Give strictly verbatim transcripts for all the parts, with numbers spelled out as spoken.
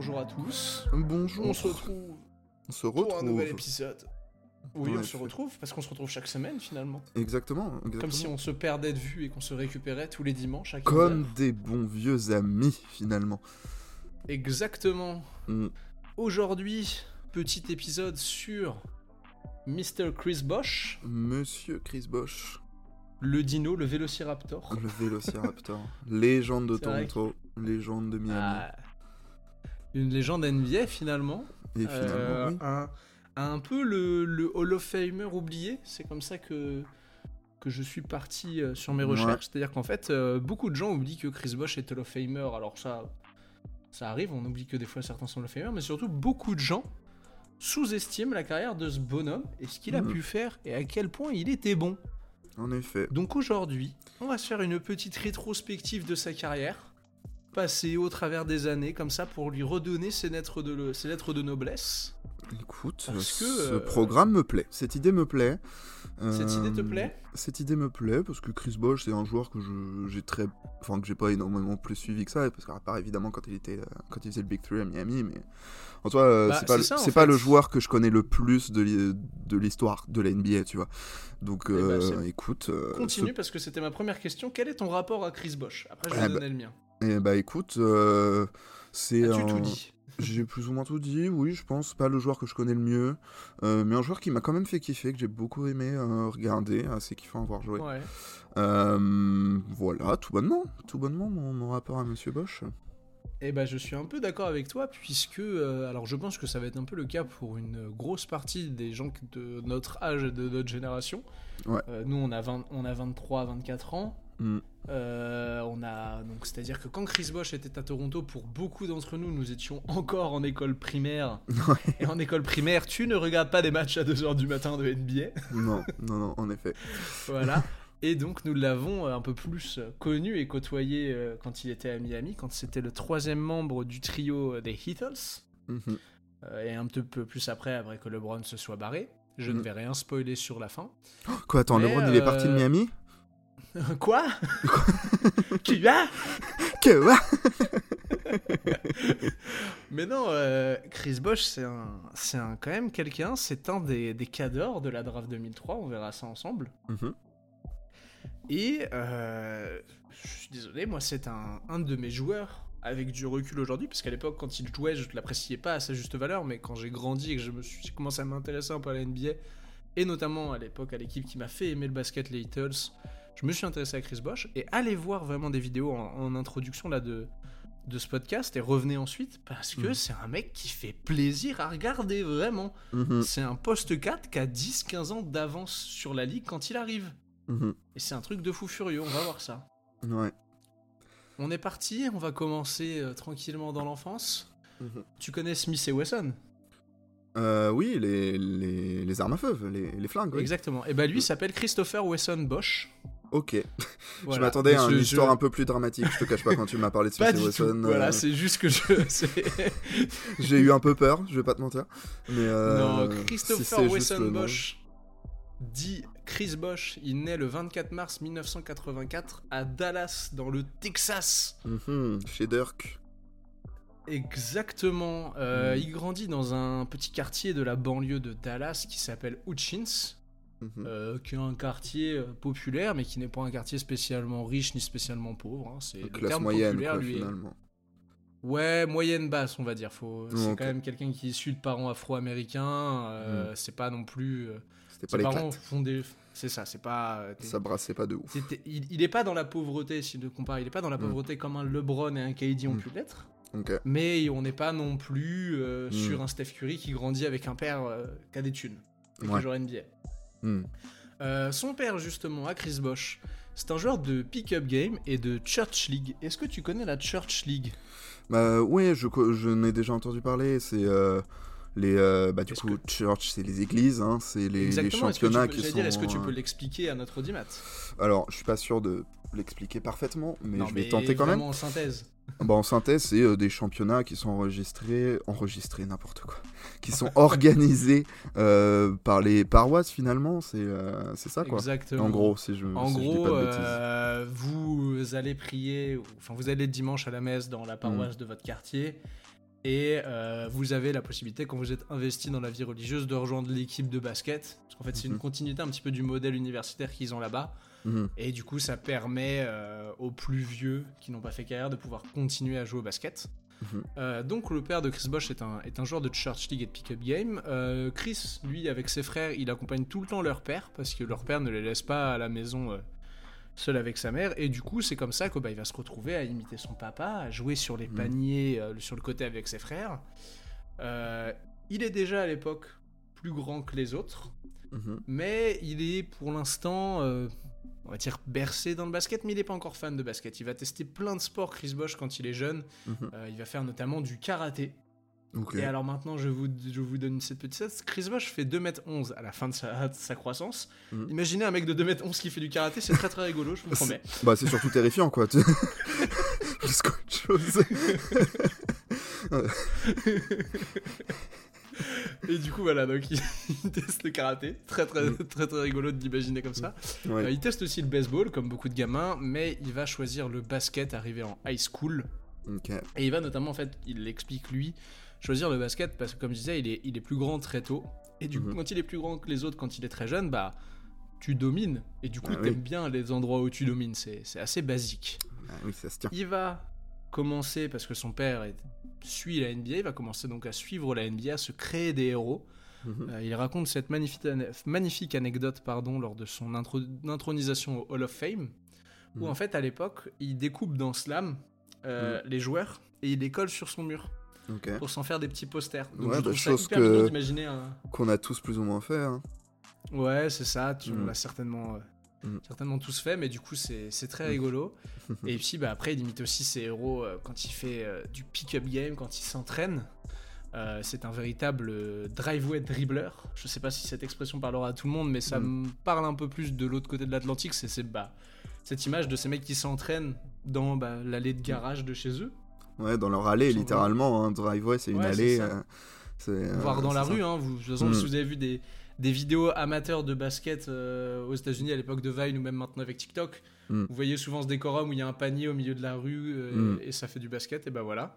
bonjour à tous. Bonjour. On se retrouve On se pour retrouve. un nouvel épisode. Oui, En on effet. se retrouve parce qu'on se retrouve chaque semaine finalement. Exactement, exactement. Comme si on se perdait de vue et qu'on se récupérait tous les dimanches à quinze Comme heures. des bons vieux amis, finalement. Exactement. Mm. Aujourd'hui, petit épisode sur mister Chris Bosh, Monsieur Chris Bosh, le dino, le Vélociraptor. le Vélociraptor, légende de C'est vrai Toronto, légende de Miami. Ah, une légende N B A finalement. Et finalement, Euh, oui. un, un peu le, le Hall of Famer oublié. C'est comme ça que, que je suis parti euh, sur mes Ouais. recherches. C'est-à-dire qu'en fait, euh, beaucoup de gens oublient que Chris Bosh est Hall of Famer. Alors ça, ça arrive, on oublie que des fois certains sont Hall of Famer, mais surtout beaucoup de gens sous-estiment la carrière de ce bonhomme et ce qu'il a Mhm. pu faire et à quel point il était bon. En effet. Donc aujourd'hui, on va se faire une petite rétrospective de sa carrière, passée au travers des années, comme ça, pour lui redonner ses lettres de, le- ses lettres de noblesse. Écoute, Parce que, ce euh, programme me plaît. Cette idée me plaît. Cette Euh, idée te plaît ? Cette idée me plaît parce que Chris Bosh c'est un joueur que je, j'ai très, enfin que j'ai pas énormément plus suivi que ça, parce qu'à part évidemment quand il était, euh, quand il faisait le Big Three à Miami, mais en soi euh, Bah, c'est pas, c'est le- ça, en c'est pas fait. le joueur que je connais le plus de, l'hi- de l'histoire de la N B A, tu vois. Donc Eh euh, ben, c'est- écoute, euh, Continue parce que c'était ma première question. Quel est ton rapport à Chris Bosh ? Après, je vais Ah te bah, donner le mien. ce- eh bah écoute, euh, c'est As-tu un- tout dit ? J'ai plus ou moins tout dit, oui, je pense. Pas le joueur que je connais le mieux, euh, mais un joueur qui m'a quand même fait kiffer, que j'ai beaucoup aimé euh, regarder, assez kiffant à voir jouer. Ouais. Euh, voilà, tout bonnement, tout bonnement mon, mon rapport à Monsieur Bosh. Eh ben, je suis un peu d'accord avec toi, puisque, euh, alors je pense que ça va être un peu le cas pour une grosse partie des gens de notre âge et de notre génération. Ouais. Euh, nous, on a, vingt, on a vingt-trois, vingt-quatre ans. Mm. Euh, on a, donc, c'est-à-dire que quand Chris Bosh était à Toronto, pour beaucoup d'entre nous, nous étions encore en école primaire. Ouais. Et en école primaire, tu ne regardes pas des matchs à deux heures du matin de N B A. Non, non, non, en effet. Voilà. Et donc nous l'avons un peu plus connu et côtoyé euh, quand il était à Miami, quand c'était le troisième membre du trio des Heatles, Mhm. euh, et un petit peu plus après, après que LeBron se soit barré. Je Mhm. ne vais rien spoiler sur la fin. Quoi, attends, Mais, LeBron il est parti de euh, Miami? Quoi? Tu as? Que va? Mais non, euh, Chris Bosh, c'est un, c'est un, quand même quelqu'un, c'est un des, des cadors de la draft deux mille trois, on verra ça ensemble. Mhm. Et euh, je suis désolé, moi c'est un, un de mes joueurs avec du recul aujourd'hui, parce qu'à l'époque quand il jouait je ne l'appréciais pas à sa juste valeur, mais quand j'ai grandi et que je me suis, j'ai commencé à m'intéresser un peu à la N B A, et notamment à l'époque à l'équipe qui m'a fait aimer le basket, les Heatles, je me suis intéressé à Chris Bosh, et allez voir vraiment des vidéos en, en introduction là de, de ce podcast, et revenez ensuite, parce que Mhm. c'est un mec qui fait plaisir à regarder, vraiment. Mhm. C'est un poste quatre qui a dix quinze ans d'avance sur la ligue quand il arrive. Mhm. Et c'est un truc de fou furieux, on va voir ça. Ouais. On est parti, on va commencer euh, tranquillement dans l'enfance. Mhm. Tu connais Smith et Wesson ? Euh, oui, les, les, les armes à feu, les, les flingues, oui. Exactement. Et bah lui s'appelle Christopher Wesson Bosh. Ok. Voilà. Je m'attendais à Mais une je- histoire je- un peu plus dramatique, je te cache pas, quand tu m'as parlé de Pas Smith et du Wesson. tout. Voilà, euh, c'est juste que je. c'est- J'ai eu un peu peur, je vais pas te mentir. Mais euh, non, si Christopher c'est juste Wesson le nom. Bosh, dit Chris Bosh, il naît le vingt-quatre mars mille neuf cent quatre-vingt-quatre à Dallas, dans le Texas. Mhm, chez Dirk. Exactement. Euh, Mm. Il grandit dans un petit quartier de la banlieue de Dallas qui s'appelle Hutchins, Mhm. euh, qui est un quartier euh, populaire, mais qui n'est pas un quartier spécialement riche ni spécialement pauvre. Hein. C'est le Classe terme moyenne, populaire, quoi, lui. est- finalement. Ouais, moyenne basse, on va dire. Faut... C'est Ok. quand même quelqu'un qui est issu de parents afro-américains. euh, C'est pas non plus. euh, C'était Ses pas parents l'éclate. font des. C'est ça. C'est pas. euh, t'es- Ça brassait pas de ouf. t'es- t'es- Il, il est pas dans la pauvreté, si je le compare. Il est pas dans la Mm. pauvreté comme un LeBron et un K D ont Mm. pu l'être. Ok. Mais on n'est pas non plus euh, Mm. sur un Steph Curry qui grandit avec un père euh, qui a des thunes. Et qui Ouais. joue à N B A. Hmm. Euh, son père, justement, à Chris Bosh, c'est un joueur de pick-up game et de Church League. Est-ce que tu connais la Church League ? Bah ouais, je, co- je n'ai déjà entendu parler. C'est euh, les. euh, bah du Est-ce coup, church, c'est les églises, hein, c'est les, les Exactement. Est-ce que tu championnats peux, qui j'allais sont. dire, est-ce que tu euh, peux l'expliquer à notre audimat ? Alors, je suis pas sûr de l'expliquer parfaitement, mais Non, je vais tenter quand même. vraiment en synthèse. Bah, en synthèse, c'est euh, des championnats qui sont enregistrés, enregistrés n'importe quoi, qui sont organisés euh, par les paroisses finalement. C'est euh, c'est ça quoi. Exactement. En gros, si je. En si je dis gros, pas de bêtises. euh, vous allez prier, ou- enfin vous allez le dimanche à la messe dans la paroisse de votre quartier, Et euh, vous avez la possibilité, quand vous êtes investi dans la vie religieuse, de rejoindre l'équipe de basket. Parce qu'en fait, c'est Mhm. une continuité un petit peu du modèle universitaire qu'ils ont là-bas. Mhm. Et du coup, ça permet euh, aux plus vieux qui n'ont pas fait carrière de pouvoir continuer à jouer au basket. Mhm. Euh, donc, le père de Chris Bosh est un, est un joueur de Church League et de Pick-Up Game. Euh, Chris, lui, avec ses frères, il accompagne tout le temps leur père parce que leur père ne les laisse pas à la maison euh, seul avec sa mère. Et du coup, c'est comme ça qu'il bah, va se retrouver à imiter son papa, à jouer sur les Mhm. paniers, euh, sur le côté avec ses frères. Euh, il est déjà à l'époque plus grand que les autres, Mhm. mais il est pour l'instant, euh, on va dire, bercé dans le basket, mais il n'est pas encore fan de basket. Il va tester plein de sports, Chris Bosh, quand il est jeune. Mhm. Euh, il va faire notamment du karaté. Ok. Et alors maintenant, je vous, je vous donne cette petite stat. Chris Bosh fait deux mètres onze à la fin de sa, de sa croissance. Mhm. Imaginez un mec de deux mètres onze qui fait du karaté, c'est très très rigolo, je vous promets. Bah, c'est surtout terrifiant, quoi. tu- Plus qu'autre chose. Et du coup, voilà, donc il, il teste le karaté. Très très, Mhm. très très rigolo de l'imaginer comme ça. Ouais. Euh, il teste aussi le baseball, comme beaucoup de gamins, mais il va choisir le basket arrivé en high school. Ok. Et il va notamment, en fait, il l'explique lui, choisir le basket parce que, comme je disais, il est, il est plus grand très tôt. Et du coup, Mhm. quand il est plus grand que les autres, quand il est très jeune, bah, tu domines. Et du coup, Ah oui. t'aimes bien les endroits où tu domines. C'est, c'est assez basique. Ah oui, ça se tient. Il va commencer, parce que son père est- suit la N B A, il va commencer donc à suivre la N B A, à se créer des héros. Mhm. Euh, il raconte cette magnifique, magnifique anecdote pardon, lors de son intro- intronisation au Hall of Fame, où Mhm. en fait à l'époque, il découpe dans Slam euh, les joueurs et il les colle sur son mur Ok. pour s'en faire des petits posters. Donc Ouais, je bah, trouve ça chose hyper que- mignon d'imaginer un... Qu'on a tous plus ou moins fait. Hein. Ouais, c'est ça, tu, on Mm. l'a certainement, euh, Mm. certainement tous fait, mais du coup c'est, c'est très Mm. rigolo. Et puis bah, après, il imite aussi ses héros euh, quand il fait euh, du pick-up game, quand il s'entraîne. Euh, c'est un véritable euh, driveway dribbler. Je sais pas si cette expression parlera à tout le monde, mais ça Mm. me parle un peu plus de l'autre côté de l'Atlantique. C'est, c'est bah, cette image de ces mecs qui s'entraînent dans bah, l'allée de garage de chez eux. Ouais, dans leur allée, Ils sont littéralement. Hein. Driveway, c'est une Ouais, c'est allée. ça. euh, c'est, euh, Voire dans la c'est ça. rue. Hein, vous, de toute façon, Mm. si vous avez vu des, des vidéos amateurs de basket euh, aux États-Unis à l'époque de Vine ou même maintenant avec TikTok, Mm. vous voyez souvent ce décorum où il y a un panier au milieu de la rue euh, Mm. et, et ça fait du basket. Et bah voilà.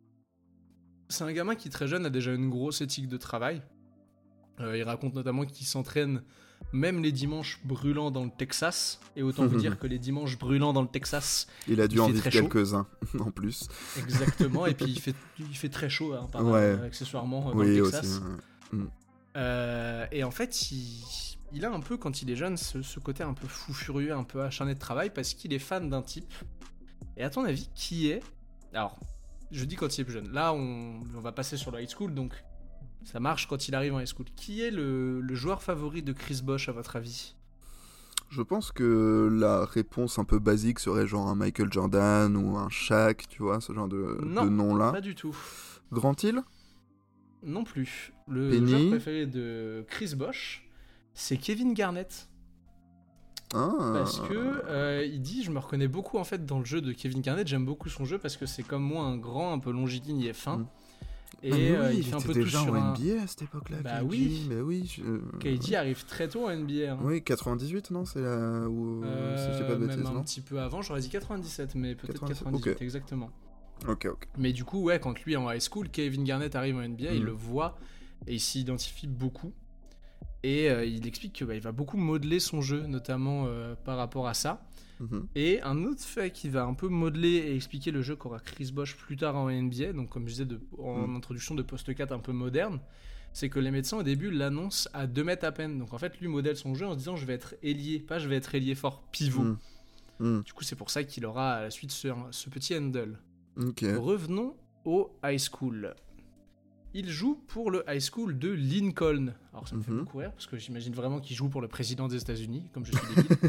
C'est un gamin qui, très jeune, a déjà une grosse éthique de travail. Euh, il raconte notamment qu'il s'entraîne même les dimanches brûlants dans le Texas. Et autant vous dire que les dimanches brûlants dans le Texas, Il a dû il en fait vivre très chaud. quelques-uns, en plus. exactement. Et puis il fait, il fait très chaud, hein, par, Ouais. euh, accessoirement, euh, dans Oui, le aussi. Texas. ouais. Euh, et en fait, il, il a un peu, quand il est jeune, ce, ce côté un peu fou furieux, un peu acharné de travail, parce qu'il est fan d'un type. Et à ton avis, qui est... Alors, je dis quand il est plus jeune. Là, on, on va passer sur le high school, donc ça marche quand il arrive en high school. Qui est le, le joueur favori de Chris Bosh, à votre avis? Je pense que la réponse un peu basique serait genre un Michael Jordan ou un Shaq, tu vois, ce genre de, Non, de nom-là. Pas du tout. Grand Hill Non plus. Le Penny. joueur préféré de Chris Bosh, c'est Kevin Garnett. Ah. Parce que euh, il dit, je me reconnais beaucoup en fait dans le jeu de Kevin Garnett, j'aime beaucoup son jeu parce que c'est comme moi un grand, un peu longiligne et fin. Mm. Et Ah, mais euh, oui, il fait un était peu tout déjà sur en un... N B A à cette époque-là. Bah K G, oui. mais oui. je- K D arrive très tôt en N B A. Hein. Oui, quatre-vingt-dix-huit, non? C'est là où. Euh, si je dis pas de bêtises, même un non? petit peu avant, j'aurais dit quatre-vingt-dix-sept, mais peut-être quatre-vingt-dix-sept, quatre-vingt-dix-huit, ok. exactement. Ok, ok. Mais du coup, ouais, quand lui est en high school, Kevin Garnett arrive en N B A, il Mm. le voit et il s'identifie beaucoup. Et euh, il explique qu'il bah, va beaucoup modeler son jeu, notamment euh, par rapport à ça. Mhm. Et un autre fait qui va un peu modeler et expliquer le jeu qu'aura Chris Bosh plus tard en N B A, donc comme je disais de, en Mm. introduction de poste quatre un peu moderne, c'est que les médecins au début l'annoncent à deux mètres à peine. Donc en fait, lui modèle son jeu en se disant je vais être ailier, pas je vais être ailier fort pivot. Mm. Mm. Du coup, c'est pour ça qu'il aura à la suite ce, ce petit handle. Ok. Revenons au high school. Il joue pour le high school de Lincoln. Alors ça me fait Mhm. beaucoup rire parce que j'imagine vraiment qu'il joue pour le président des États-Unis, comme je suis débile.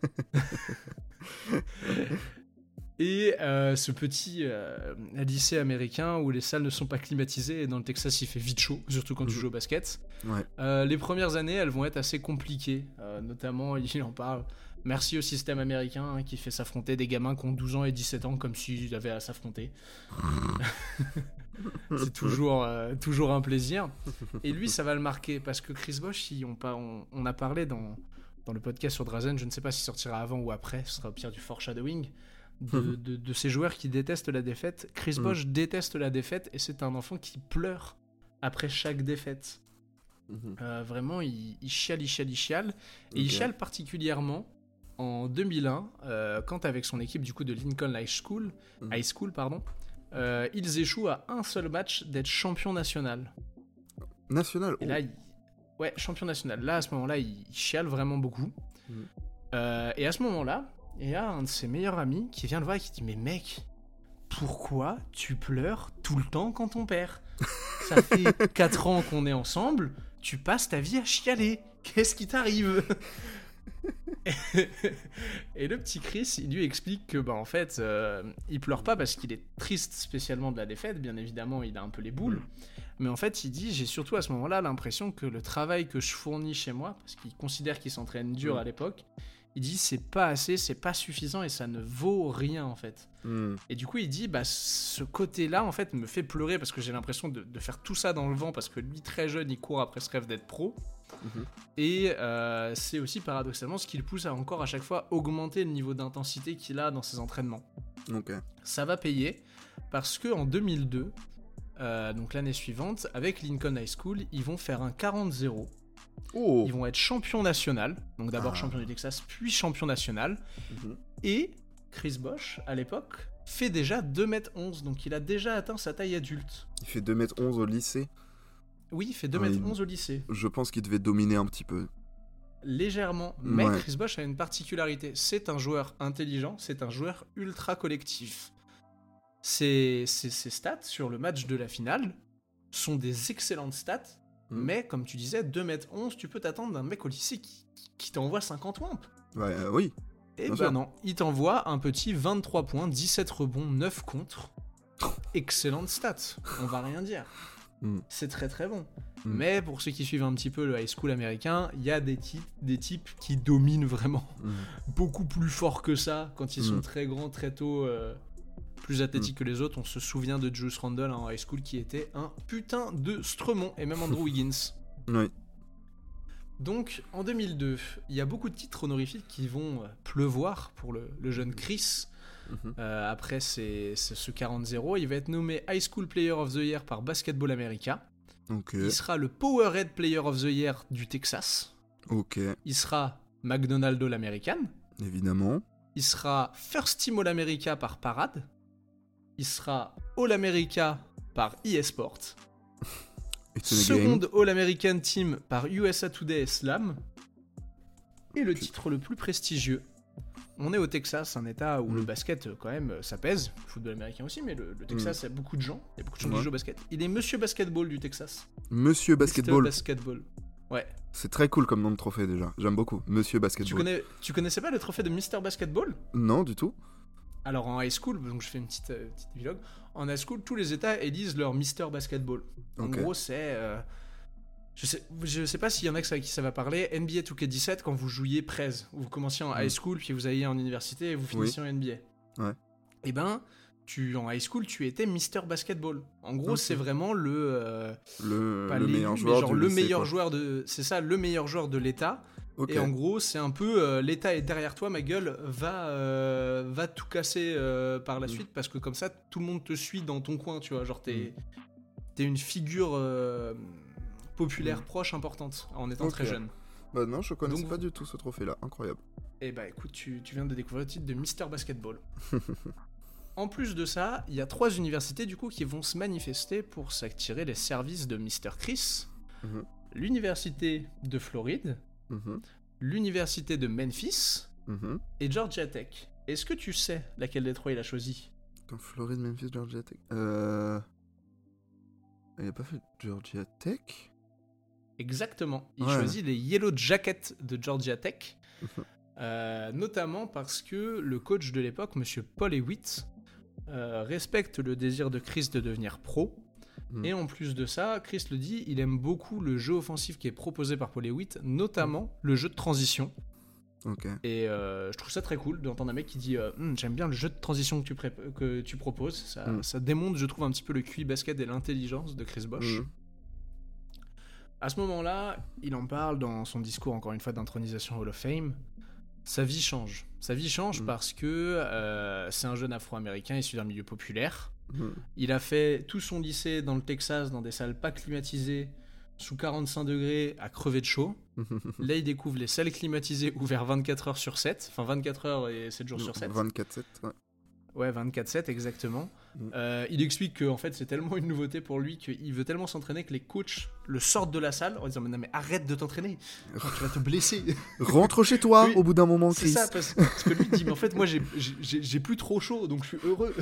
Et euh, ce petit euh, lycée américain où les salles ne sont pas climatisées et dans le Texas il fait vite chaud, surtout quand tu Mhm. joues au basket. Ouais. Euh, les premières années elles vont être assez compliquées, euh, notamment il en parle. Merci au système américain hein, qui fait s'affronter des gamins qui ont douze ans et dix-sept ans comme s'ils avaient à s'affronter. C'est toujours, euh, toujours un plaisir. Et lui, ça va le marquer parce que Chris Bosh, si on, pa- on, on a parlé dans, dans le podcast sur Drazen, je ne sais pas s'il sortira avant ou après, ce sera au pire du foreshadowing. de, de, de ces joueurs qui détestent la défaite. Chris Mm. Bosh déteste la défaite et c'est un enfant qui pleure après chaque défaite. Mhm. Euh, vraiment, il, il chiale, il chiale, il chiale. Et il Ok. chiale particulièrement en deux mille un, euh, quand avec son équipe du coup de Lincoln High School, Mhm. High School pardon, euh, ils échouent à un seul match d'être champion national. National. Et là, il... ouais, champion national. Là, à ce moment-là, il, il chiale vraiment beaucoup. Mhm. Euh, et à ce moment-là, il y a un de ses meilleurs amis qui vient le voir et qui dit « Mais mec, pourquoi tu pleures tout le temps quand on perd ? Ça fait quatre ans qu'on est ensemble, tu passes ta vie à chialer. Qu'est-ce qui t'arrive ?» Et le petit Chris, il lui explique que, bah, en fait, euh, il pleure pas parce qu'il est triste spécialement de la défaite, bien évidemment, il a un peu les boules. Mais en fait, il dit, j'ai surtout à ce moment-là l'impression que le travail que je fournis chez moi, parce qu'il considère qu'il s'entraîne dur Mm. à l'époque, il dit, c'est pas assez, c'est pas suffisant et ça ne vaut rien, en fait. Mhm. Et du coup, il dit, bah, ce côté-là, en fait, me fait pleurer parce que j'ai l'impression de, de faire tout ça dans le vent parce que lui, très jeune, il court après ce rêve d'être pro. Mhm. Et euh, c'est aussi paradoxalement ce qui le pousse à encore à chaque fois augmenter le niveau d'intensité qu'il a dans ses entraînements. Ok. Ça va payer parce que en deux mille deux, euh, donc l'année suivante, avec Lincoln High School, ils vont faire un quarante zéro. Oh. Ils vont être champion national, donc d'abord Ah. champion du Texas, puis champion national. Mhm. Et Chris Bosh, à l'époque, fait déjà deux mètres onze, donc il a déjà atteint sa taille adulte. Il fait deux mètres onze au lycée. Oui, il fait deux Ouais, mètres il- onze au lycée. Je pense qu'il devait dominer un petit peu. Légèrement, mais Ouais. Chris Bosh a une particularité, c'est un joueur intelligent, c'est un joueur ultra collectif. Ses, ses- ses stats sur le match de la finale sont des excellentes stats, Mm. mais comme tu disais, deux mètres onze, tu peux t'attendre d'un mec au lycée qui, qui t'envoie cinquante wamps. Ouais, euh, oui. Et Bien bah sûr. non, il t'envoie un petit vingt-trois points, dix-sept rebonds, neuf contre. Excellente stats, on va rien dire. Mm. C'est très très bon. Mm. Mais pour ceux qui suivent un petit peu le high school américain, il y a des types, des types qui dominent vraiment Mhm. beaucoup plus fort que ça quand ils sont Mm. très grands, très tôt, euh, plus athlétiques que les autres. On se souvient de Julius Randle hein, en high school qui était un putain de Stremont et même Andrew Wiggins. Oui. Donc en deux mille deux, il y a beaucoup de titres honorifiques qui vont euh, pleuvoir pour le, le jeune Chris. Mhm. Euh, après ces- ce ce quarante zéro, il va être nommé High School Player of the Year par Basketball America. Ok. Il sera le Powerhead Player of the Year du Texas. Ok. Il sera McDonald All-American. Évidemment. Il sera First Team All-America par Parade. Il sera All-America par eSport. It's in a game. Seconde All-American Team par U S A Today et Slam. Et le titre le plus prestigieux. On est au Texas, un état où Mm. le basket, quand même, ça pèse. Le football américain aussi, mais le, le Texas, il y a beaucoup de gens. Il y a beaucoup de gens qui Ouais. jouent au basket. Il est Monsieur Basketball du Texas. Monsieur Basketball. Mister Basketball. Ouais. C'est très cool comme nom de trophée déjà. J'aime beaucoup. Monsieur Basketball. Tu, connais, tu connaissais pas le trophée de Mister Basketball? Non, du tout. Alors en high school, donc je fais une petite, euh, petite vlog. En high school, tous les états élisent leur Mister Basketball. En Ok. gros, c'est. euh, je, sais, je sais pas s'il y en a à qui ça va parler. N B A deux K dix-sept, quand vous jouiez Prez, vous commenciez en Mm. high school, puis vous alliez en université et vous finissiez en N B A. Ouais. Et ben, tu, en high school, tu étais Mister Basketball. En gros, Ok. c'est vraiment le. euh, Le, pas le l'élu, meilleur mais joueur genre du le lycée, meilleur quoi. joueur de. C'est ça, le meilleur joueur de l'état. Ok. Et en gros, c'est un peu euh, l'État est derrière toi, ma gueule, va, euh, va tout casser euh, par la Mm. suite parce que comme ça, tout le monde te suit dans ton coin, tu vois. Genre, t'es t'es une figure euh, populaire Mm. proche, importante, en étant Ok. très jeune. Bah non, je connaissais Donc- pas du tout ce trophée-là. Incroyable. Et bah écoute, tu, tu viens de découvrir le titre de Mister Basketball. En plus de ça, il y a trois universités du coup qui vont se manifester pour s'attirer les services de Mister Chris. Mhm. L'université de Floride, Mhm. l'université de Memphis Mhm. et Georgia Tech. Est-ce que tu sais laquelle des trois il a choisi? Attends, Floride, Memphis, Georgia Tech. Euh... Il a pas fait Georgia Tech? Exactement. Il Ouais. choisit les Yellow Jackets de Georgia Tech. Mhm. Euh, notamment parce que le coach de l'époque, Monsieur Paul Hewitt, euh, respecte le désir de Chris de devenir pro. Mhm. Et en plus de ça, Chris le dit, il aime beaucoup le jeu offensif qui est proposé par Paul Hewitt, notamment le jeu de transition. Ok. Et euh, je trouve ça très cool d'entendre un mec qui dit euh, Hum, j'aime bien le jeu de transition que tu, pré- que tu proposes. Ça, Mm. ça démontre, je trouve, un petit peu le Q I basket et l'intelligence de Chris Bosh. Mhm. À ce moment-là, il en parle dans son discours, encore une fois, d'intronisation Hall of Fame. Sa vie change. Sa vie change Mm. parce que euh, c'est un jeune afro-américain issu d'un milieu populaire. Mm. Il a fait tout son lycée dans le Texas, dans des salles pas climatisées, sous quarante-cinq degrés, à crever de chaud. Là, il découvre les salles climatisées ouvertes vingt-quatre heures sur sept. Enfin, vingt-quatre heures et sept jours sur sept. vingt-quatre sept, ouais. Ouais, vingt-quatre sept, exactement. Mm. Euh, il explique que en fait, c'est tellement une nouveauté pour lui qu'il veut tellement s'entraîner que les coachs le sortent de la salle en disant mais non mais arrête de t'entraîner, Enfin, tu vas te blesser. Rentre chez toi Oui, au bout d'un moment, C'est Chris. ça, parce, parce que lui il dit mais en fait moi j'ai, j'ai, j'ai plus trop chaud donc je suis heureux.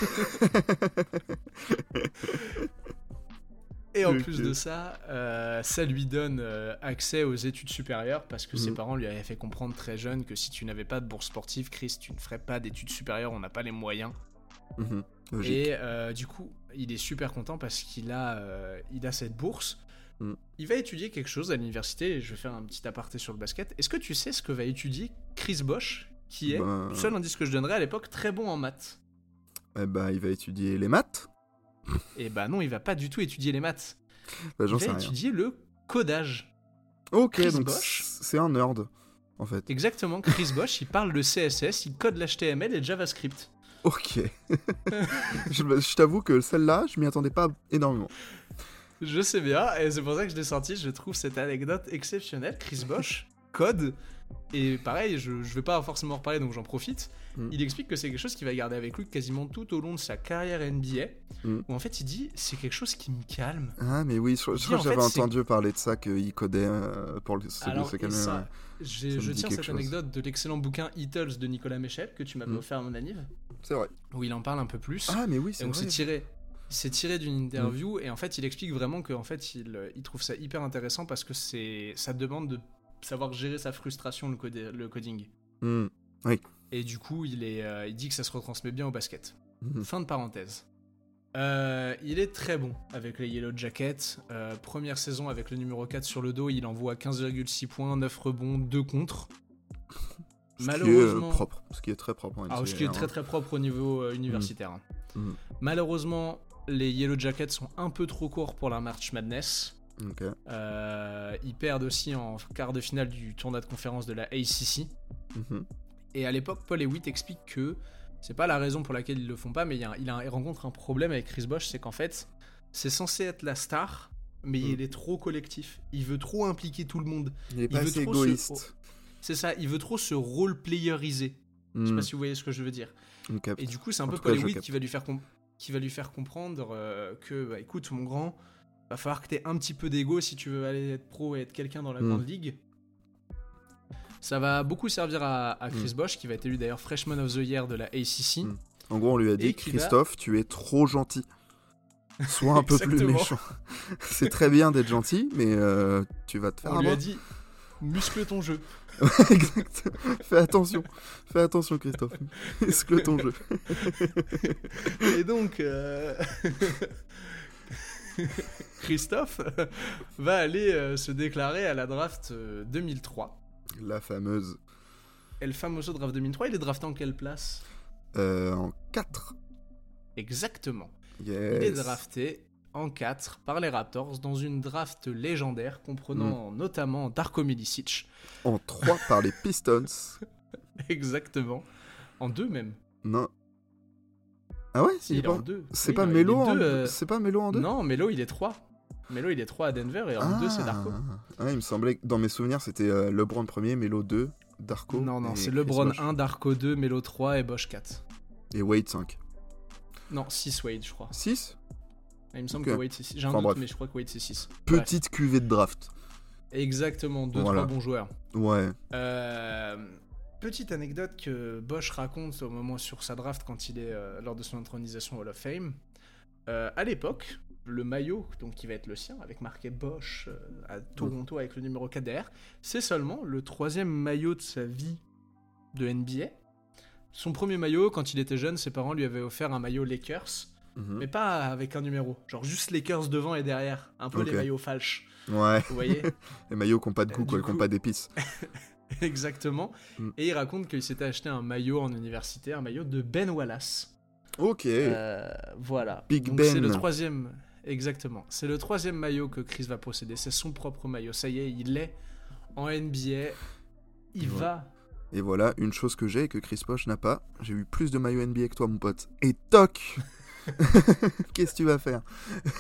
Et en Ok. plus de ça, euh, ça lui donne euh, accès aux études supérieures parce que ses Mhm. parents lui avaient fait comprendre très jeune que si tu n'avais pas de bourse sportive, Chris, tu ne ferais pas d'études supérieures, on n'a pas les moyens. Mhm. Logique. Et euh, du coup, il est super content parce qu'il a, euh, il a cette bourse. Mm. Il va étudier quelque chose à l'université, et je vais faire un petit aparté sur le basket. Est-ce que tu sais ce que va étudier Chris Bosh, qui est, Ben- seul indice que je donnerais à l'époque, très bon en maths? Eh ben, il va étudier les maths. Et bah non, il va pas du tout étudier les maths. Bah, Il j'en sais va rien. étudier le codage. Ok, Chris donc Bosh. c'est un nerd, en fait. Exactement, Chris Bosh, il parle le C S S, il code l'H T M L et le JavaScript. Ok. je je t'avoue que celle-là, je m'y attendais pas énormément. Je sais bien, et c'est pour ça que je l'ai sorti, je trouve cette anecdote exceptionnelle. Chris Bosh code, et pareil, je, je vais pas forcément en reparler donc j'en profite. Mm. Il explique que c'est quelque chose qu'il va garder avec lui quasiment tout au long de sa carrière N B A, Mm. où en fait il dit c'est quelque chose qui me calme. Ah, mais oui, je, je Dis, crois en que j'avais fait, c'est- entendu parler de ça, qu'il codait euh, pour le, se, Alors, se et calmer. ça, ouais. j'ai- Ça me je dit tiens quelque cette chose. anecdote de l'excellent bouquin Eatles de Nicolas Méchel, que tu m'avais Mm. offert à mon anniv, C'est vrai. où il en parle un peu plus. Ah, mais oui, Et c'est donc vrai. c'est tiré, c'est tiré d'une interview et en fait il explique vraiment que en fait il, il trouve ça hyper intéressant parce que c'est ça demande de savoir gérer sa frustration le, codé- le coding. Mm. Et du coup il est, euh, il dit que ça se retransmet bien au basket. Mhm. Fin de parenthèse. Euh, il est très bon avec les Yellow Jackets. Euh, première saison avec le numéro quatre sur le dos, il envoie quinze virgule six points, neuf rebonds, deux contres. Ce qui est euh, Malheureusement, propre. Ce qui est très propre. en ah, N C A A, ce qui est hein. très très propre au niveau euh, universitaire. hein. Mhm. Malheureusement, les Yellow Jackets sont un peu trop courts pour la March Madness. Ok. Euh, ils perdent aussi en quart de finale du tournoi de conférence de la A C C. Mhm. Et à l'époque, Paul Hewitt explique que c'est pas la raison pour laquelle ils le font pas, mais il, y a un- il, a un- il rencontre un problème avec Chris Bosh, c'est qu'en fait, c'est censé être la star, mais Mm. il est trop collectif. Il veut trop impliquer tout le monde. Il est pas veut assez trop se- égoïste. C'est ça, il veut trop se role-playeriser. Je sais Mm. pas si vous voyez ce que je veux dire. On capte. Et du coup, c'est un En peu tout cas, Paul je Hewitt capte. qui va lui faire, com- qui va lui faire comprendre euh, que, bah, écoute, mon grand, va falloir que t'aies un petit peu d'ego si tu veux aller être pro et être quelqu'un dans la Mm. grande ligue. Ça va beaucoup servir à, à Chris Bosh, qui va être élu d'ailleurs Freshman of the Year de la A C C. Mm. En gros, on lui a dit, Et qui va- Christophe, tu es trop gentil. Sois un peu plus Exactement. méchant. C'est très bien d'être gentil, mais euh, tu vas te faire On lui a avoir. dit, muscle ton jeu. Exact. Fais attention. Fais attention, Christophe. Muscle ton jeu. Et donc, euh, Christophe va aller euh, se déclarer à la draft euh, deux mille trois. La fameuse. Et le fameux draft deux mille trois, il est drafté en quelle place? Euh, en quatre. Exactement. Yes. Il est drafté en quatre par les Raptors dans une draft légendaire comprenant Mm. notamment Darko Milicic. En trois par les Pistons. Exactement. En deux même. Non. Ah ouais, Il c'est est pas, en deux. c'est Oui, pas non, il Melo est en deux, euh, c'est pas Melo en deux. Non, Melo il est trois. Melo il est trois à Denver et en deux c'est Darko. Ah, il me semblait que dans mes souvenirs c'était euh, LeBron premier, Melo deux, Darko. Non, non, et c'est Chris LeBron Bosh. un, Darko deux, Melo trois et Bosh quatre. Et Wade cinq. Non, six Wade je crois. six. Il me semble Ok. que Wade c'est six. J'ai un Enfin, doute bref. mais je crois que Wade c'est six. Bref. Petite cuvée de draft. Exactement, deux, Voilà. trois bons joueurs. Ouais. Euh, petite anecdote que Bosh raconte au moment sur sa draft quand il est euh, lors de son intronisation au Hall of Fame. Euh, à l'époque, le maillot donc qui va être le sien avec marqué Bosh euh, à Toronto avec le numéro quatre derrière, c'est seulement le troisième maillot de sa vie de N B A. Son premier maillot, quand il était jeune, ses parents lui avaient offert un maillot Lakers, Mhm. mais pas avec un numéro, genre juste Lakers devant et derrière, un peu Ok. les maillots falches, Ouais. vous voyez. Les maillots qui n'ont pas de Euh, goût, du quoi, qui n'ont coup- pas d'épices. Exactement. Mm. Et il raconte qu'il s'était acheté un maillot en université, un maillot de Ben Wallace. Ok. Euh, voilà. Big Donc Ben. c'est le troisième. Exactement. C'est le troisième maillot que Chris va posséder. C'est son propre maillot. Ça y est, il est en N B A. Il Ouais. va Et voilà, une chose que j'ai et que Chris Bosh n'a pas, j'ai eu plus de maillots N B A que toi, mon pote. Et toc. Qu'est-ce que tu vas faire?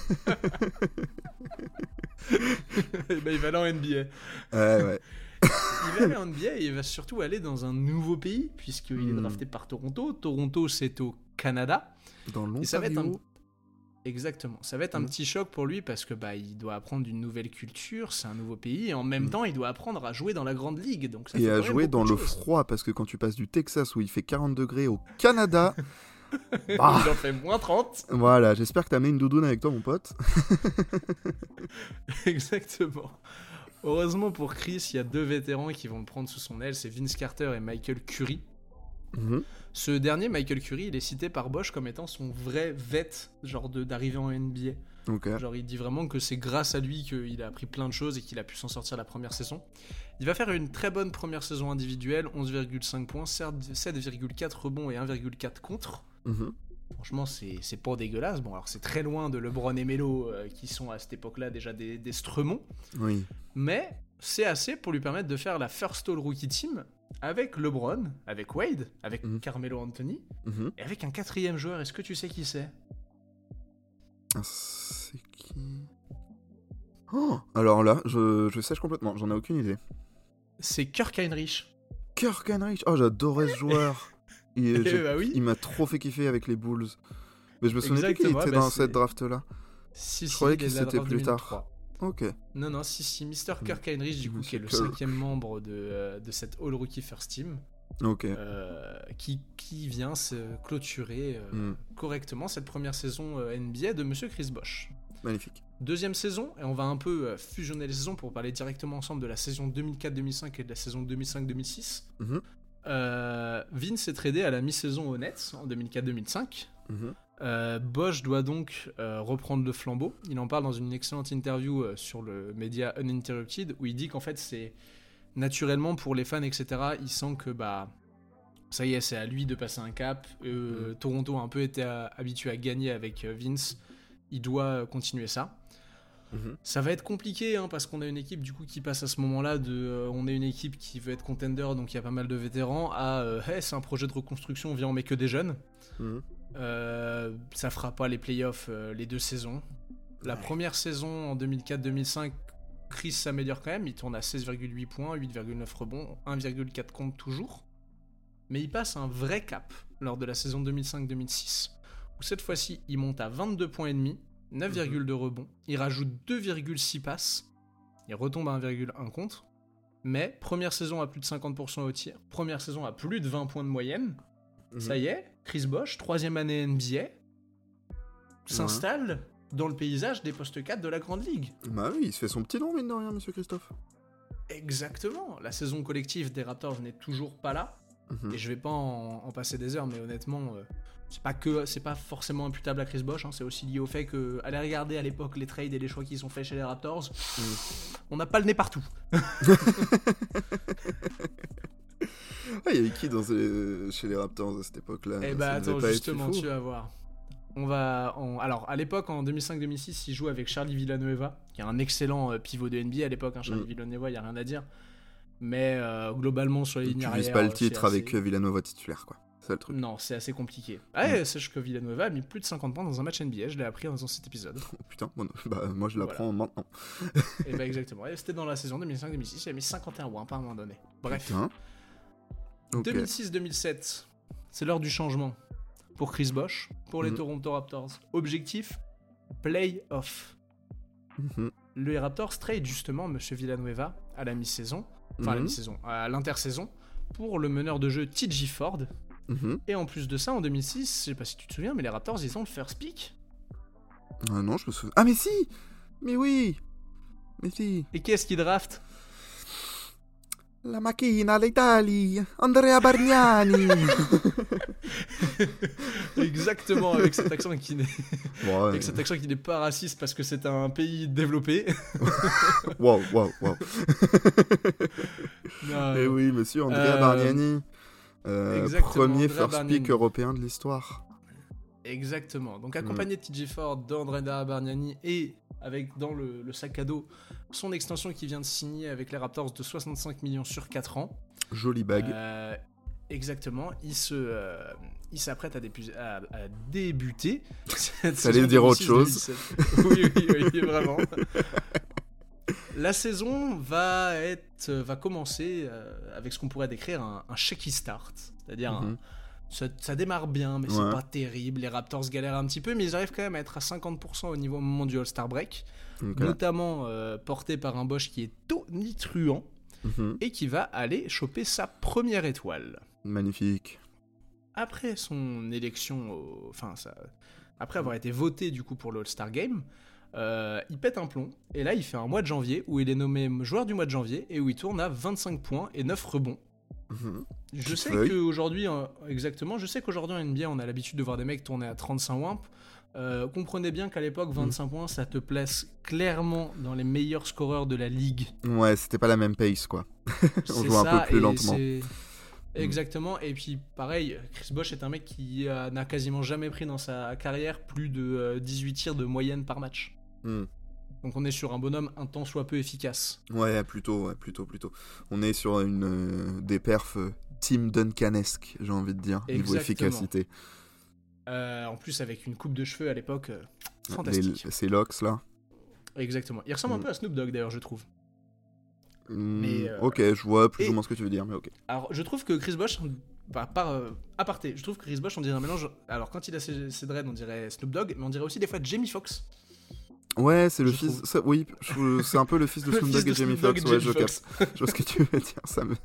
Eh ben, il va aller en N B A. Ouais, ouais. Il va aller en N B A et il va surtout aller dans un nouveau pays, puisqu'il Hmm. est drafté par Toronto. Toronto, c'est au Canada. Dans Et ça va être un... l'Ontario. Exactement. Ça va être un Mm. petit choc pour lui parce que bah il doit apprendre une nouvelle culture, c'est un nouveau pays, et en même Mm. temps il doit apprendre à jouer dans la grande ligue. Donc ça Et fait à quand même jouer dans beaucoup le de choses. froid, parce que quand tu passes du Texas où il fait quarante degrés au Canada, Ah. Il en fait moins trente. voilà, j'espère que t'as mis une doudoune avec toi, mon pote. Exactement. Heureusement pour Chris, il y a deux vétérans qui vont le prendre sous son aile, c'est Vince Carter et Michael Curry. Mhm. Ce dernier, Michael Curry, il est cité par Bosch comme étant son vrai vet, genre de- d'arriver en N B A. Ok. Genre il dit vraiment que c'est grâce à lui qu'il a appris plein de choses et qu'il a pu s'en sortir la première saison. Il va faire une très bonne première saison individuelle, onze virgule cinq points, sept virgule quatre rebonds et un virgule quatre contre. Mhm. Franchement, c'est c'est pas dégueulasse. Bon, alors c'est très loin de LeBron et Melo euh, qui sont à cette époque-là déjà des, des stremons. Oui. Mais c'est assez pour lui permettre de faire la First All Rookie Team avec LeBron, avec Wade, avec Mhm. Carmelo Anthony Mhm. et avec un quatrième joueur. Est-ce que tu sais qui c'est? Ah, c'est qui? Oh, alors là, je, je sèche complètement, j'en ai aucune idée. C'est Kirk Heinrich. Kirk Heinrich, oh j'adorais ce joueur. Il, Eh j'ai- bah oui. il m'a trop fait kiffer avec les Bulls. Mais je me souvenais plus qu'il Exactement, était bah dans c'est- cette draft-là. Si, Je si, croyais il qu'il est de la c'était draft plus tard. deux mille trois. Ok. Non, non, si, si, mister Kirk Heinrich, du coup, qui est le Monsieur Kirk. cinquième membre de, euh, de cette All Rookie First Team, Ok. euh, qui, qui vient se clôturer euh, Mm. correctement cette première saison euh, N B A de monsieur Chris Bosh. Magnifique. Deuxième saison, et on va un peu euh, fusionner les saisons pour parler directement ensemble de la saison deux mille quatre deux mille cinq et de la saison deux mille cinq deux mille six. Mhm. Euh, Vince est tradé à la mi-saison aux Nets en deux mille quatre deux mille cinq. Mhm. Euh, Bosh doit donc euh, reprendre le flambeau. Il en parle dans une excellente interview euh, sur le média Uninterrupted où il dit qu'en fait c'est naturellement pour les fans, et cetera. Il sent que bah ça y est, c'est à lui de passer un cap. Euh, Mhm. Toronto a un peu été euh, habitué à gagner avec euh, Vince. Il doit euh, continuer ça. Mhm. Ça va être compliqué hein, parce qu'on a une équipe du coup qui passe à ce moment-là de euh, on est une équipe qui veut être contender, donc il y a pas mal de vétérans, à euh, hey, c'est un projet de reconstruction, viens on met que des jeunes. Mhm. Euh, ça fera pas les playoffs euh, les deux saisons. La Ouais. première saison en deux mille quatre deux mille cinq, Chris s'améliore quand même, il tourne à seize virgule huit points, huit virgule neuf rebonds, un virgule quatre contre toujours. Mais il passe un vrai cap lors de la saison deux mille cinq deux mille six, où cette fois-ci il monte à vingt-deux points et demi, neuf virgule deux rebonds, il rajoute deux virgule six passes, il retombe à un virgule un contre. Mais première saison à plus de cinquante pour cent au tir, première saison à plus de vingt points de moyenne. Mhm. Ça y est, Chris Bosh, troisième année N B A, s'installe dans le paysage des postes quatre de la Grande Ligue. Bah oui, il se fait son petit nom, mine de rien, monsieur Christophe. Exactement. La saison collective des Raptors n'est toujours pas là. Mhm. Et je vais pas en, en passer des heures, mais honnêtement, euh, c'est pas que, c'est pas forcément imputable à Chris Bosh. Hein, c'est aussi lié au fait que, allez regarder à l'époque les trades et les choix qui sont faits chez les Raptors, Mhm. on n'a pas le nez partout. Ah, il y avait qui dans ces- chez les Raptors à cette époque-là? Eh Ça bah devait attends, pas être justement, fifou. tu vas voir. On va en... Alors, à l'époque, en deux mille cinq deux mille six, il joue avec Charlie Villanueva, qui est un excellent euh, pivot de N B A à l'époque. Hein, Charlie Mm. Villanueva, il n'y a rien à dire. Mais euh, globalement, sur les lignes Tu arrière... vises pas le euh, titre c'est avec assez- euh, Villanova titulaire, quoi. C'est ça le truc. Non, c'est assez compliqué. Ah, ouais, sache que Villanueva a mis plus de cinquante points dans un match N B A, je l'ai appris dans cet épisode. Oh, putain, bon, bah, moi je l'apprends maintenant. Et bah exactement, et c'était dans la saison deux mille cinq deux mille six, il a mis cinquante et un points par moment donné. Bref, Putain. Ok. deux mille six deux mille sept, c'est l'heure du changement pour Chris Bosh, pour les Mhm. Toronto Raptors. Objectif, play-off. Mhm. Les Raptors trade justement Monsieur Villanueva à la mi-saison, enfin à la Mhm. mi-saison, à l'intersaison, pour le meneur de jeu T J Ford. Mhm. Et en plus de ça, en deux mille six, je sais pas si tu te souviens, mais les Raptors, ils ont le first pick. Ah non, je me souviens. Ah, mais si! Mais oui! Mais si! Et qui est-ce qui draft? La macchina d'Italie! Andrea Bargnani! Exactement, avec cet accent qui n'est Ouais. avec cet accent qui n'est pas raciste parce que c'est un pays développé. Wow, wow, wow. Non, Eh oui, monsieur Andrea Euh, Bargnani. Euh, exactement, premier Andrea first Bargnani. pick européen de l'histoire. Exactement. Donc accompagné de T J Ford, d'Andrea Bargnani et avec dans le, le sac à dos son extension qui vient de signer avec les Raptors de soixante-cinq millions sur quatre ans. Jolie bague. Euh, exactement, il se, euh, il s'apprête à, dépu- à, à débuter. Ça allait dire autre chose. oui, oui, oui, vraiment. La saison va être, va commencer euh, avec ce qu'on pourrait décrire un, un shaky start, c'est-à-dire Mhm. un, ça, ça démarre bien, mais Ouais. c'est pas terrible. Les Raptors galèrent un petit peu, mais ils arrivent quand même à être à cinquante pour cent au niveau au moment du All-Star break, Ok. notamment euh, porté par un Bosch qui est tonitruant Mhm. et qui va aller choper sa première étoile. Magnifique. Après son élection, au- enfin, ça, après avoir été voté du coup pour le All-Star Game, euh, il pète un plomb. Et là, il fait un mois de janvier où il est nommé joueur du mois de janvier et où il tourne à vingt-cinq points et neuf rebonds. Mhm. Je Petite sais feuille. qu'aujourd'hui, euh, exactement, je sais qu'aujourd'hui en N B A, on a l'habitude de voir des mecs tourner à trente-cinq wimp. Euh, comprenez bien qu'à l'époque, vingt-cinq points, ça te place clairement dans les meilleurs scoreurs de la ligue. Ouais, c'était pas la même pace, quoi. On C'est joue un ça, peu plus et lentement. c'est- Exactement, et puis pareil, Chris Bosh est un mec qui euh, n'a quasiment jamais pris dans sa carrière plus de euh, dix-huit tirs de moyenne par match. Hmm. Donc on est sur un bonhomme un tant soit peu efficace. Ouais, plutôt, ouais, plutôt, plutôt. On est sur une euh, des perfs euh, Tim Duncanesque, j'ai envie de dire, niveau Exactement. efficacité. Euh, en plus avec une coupe de cheveux à l'époque, euh, Les- fantastique. ces locks là. Exactement. Il ressemble un Mm. peu à Snoop Dogg d'ailleurs, je trouve. Hmm, Mais, euh, Ok, je vois plus et- ou moins ce que tu veux dire, mais ok. Alors je trouve que Chris Bosh, bah, par euh, aparté, je trouve que Chris Bosh on dirait un mélange. Alors quand il a ses, ses dreads, on dirait Snoop Dogg, mais on dirait aussi des fois Jamie Foxx. Ouais, c'est le Je fils. trouve. ça- oui, je- c'est un peu le fils de Le Snoop fils Dogg et de Jamie Snoop Dogg Foxx. et Ouais, Jamie je capte. Foxx. Je vois ce que tu veux dire. Ça me...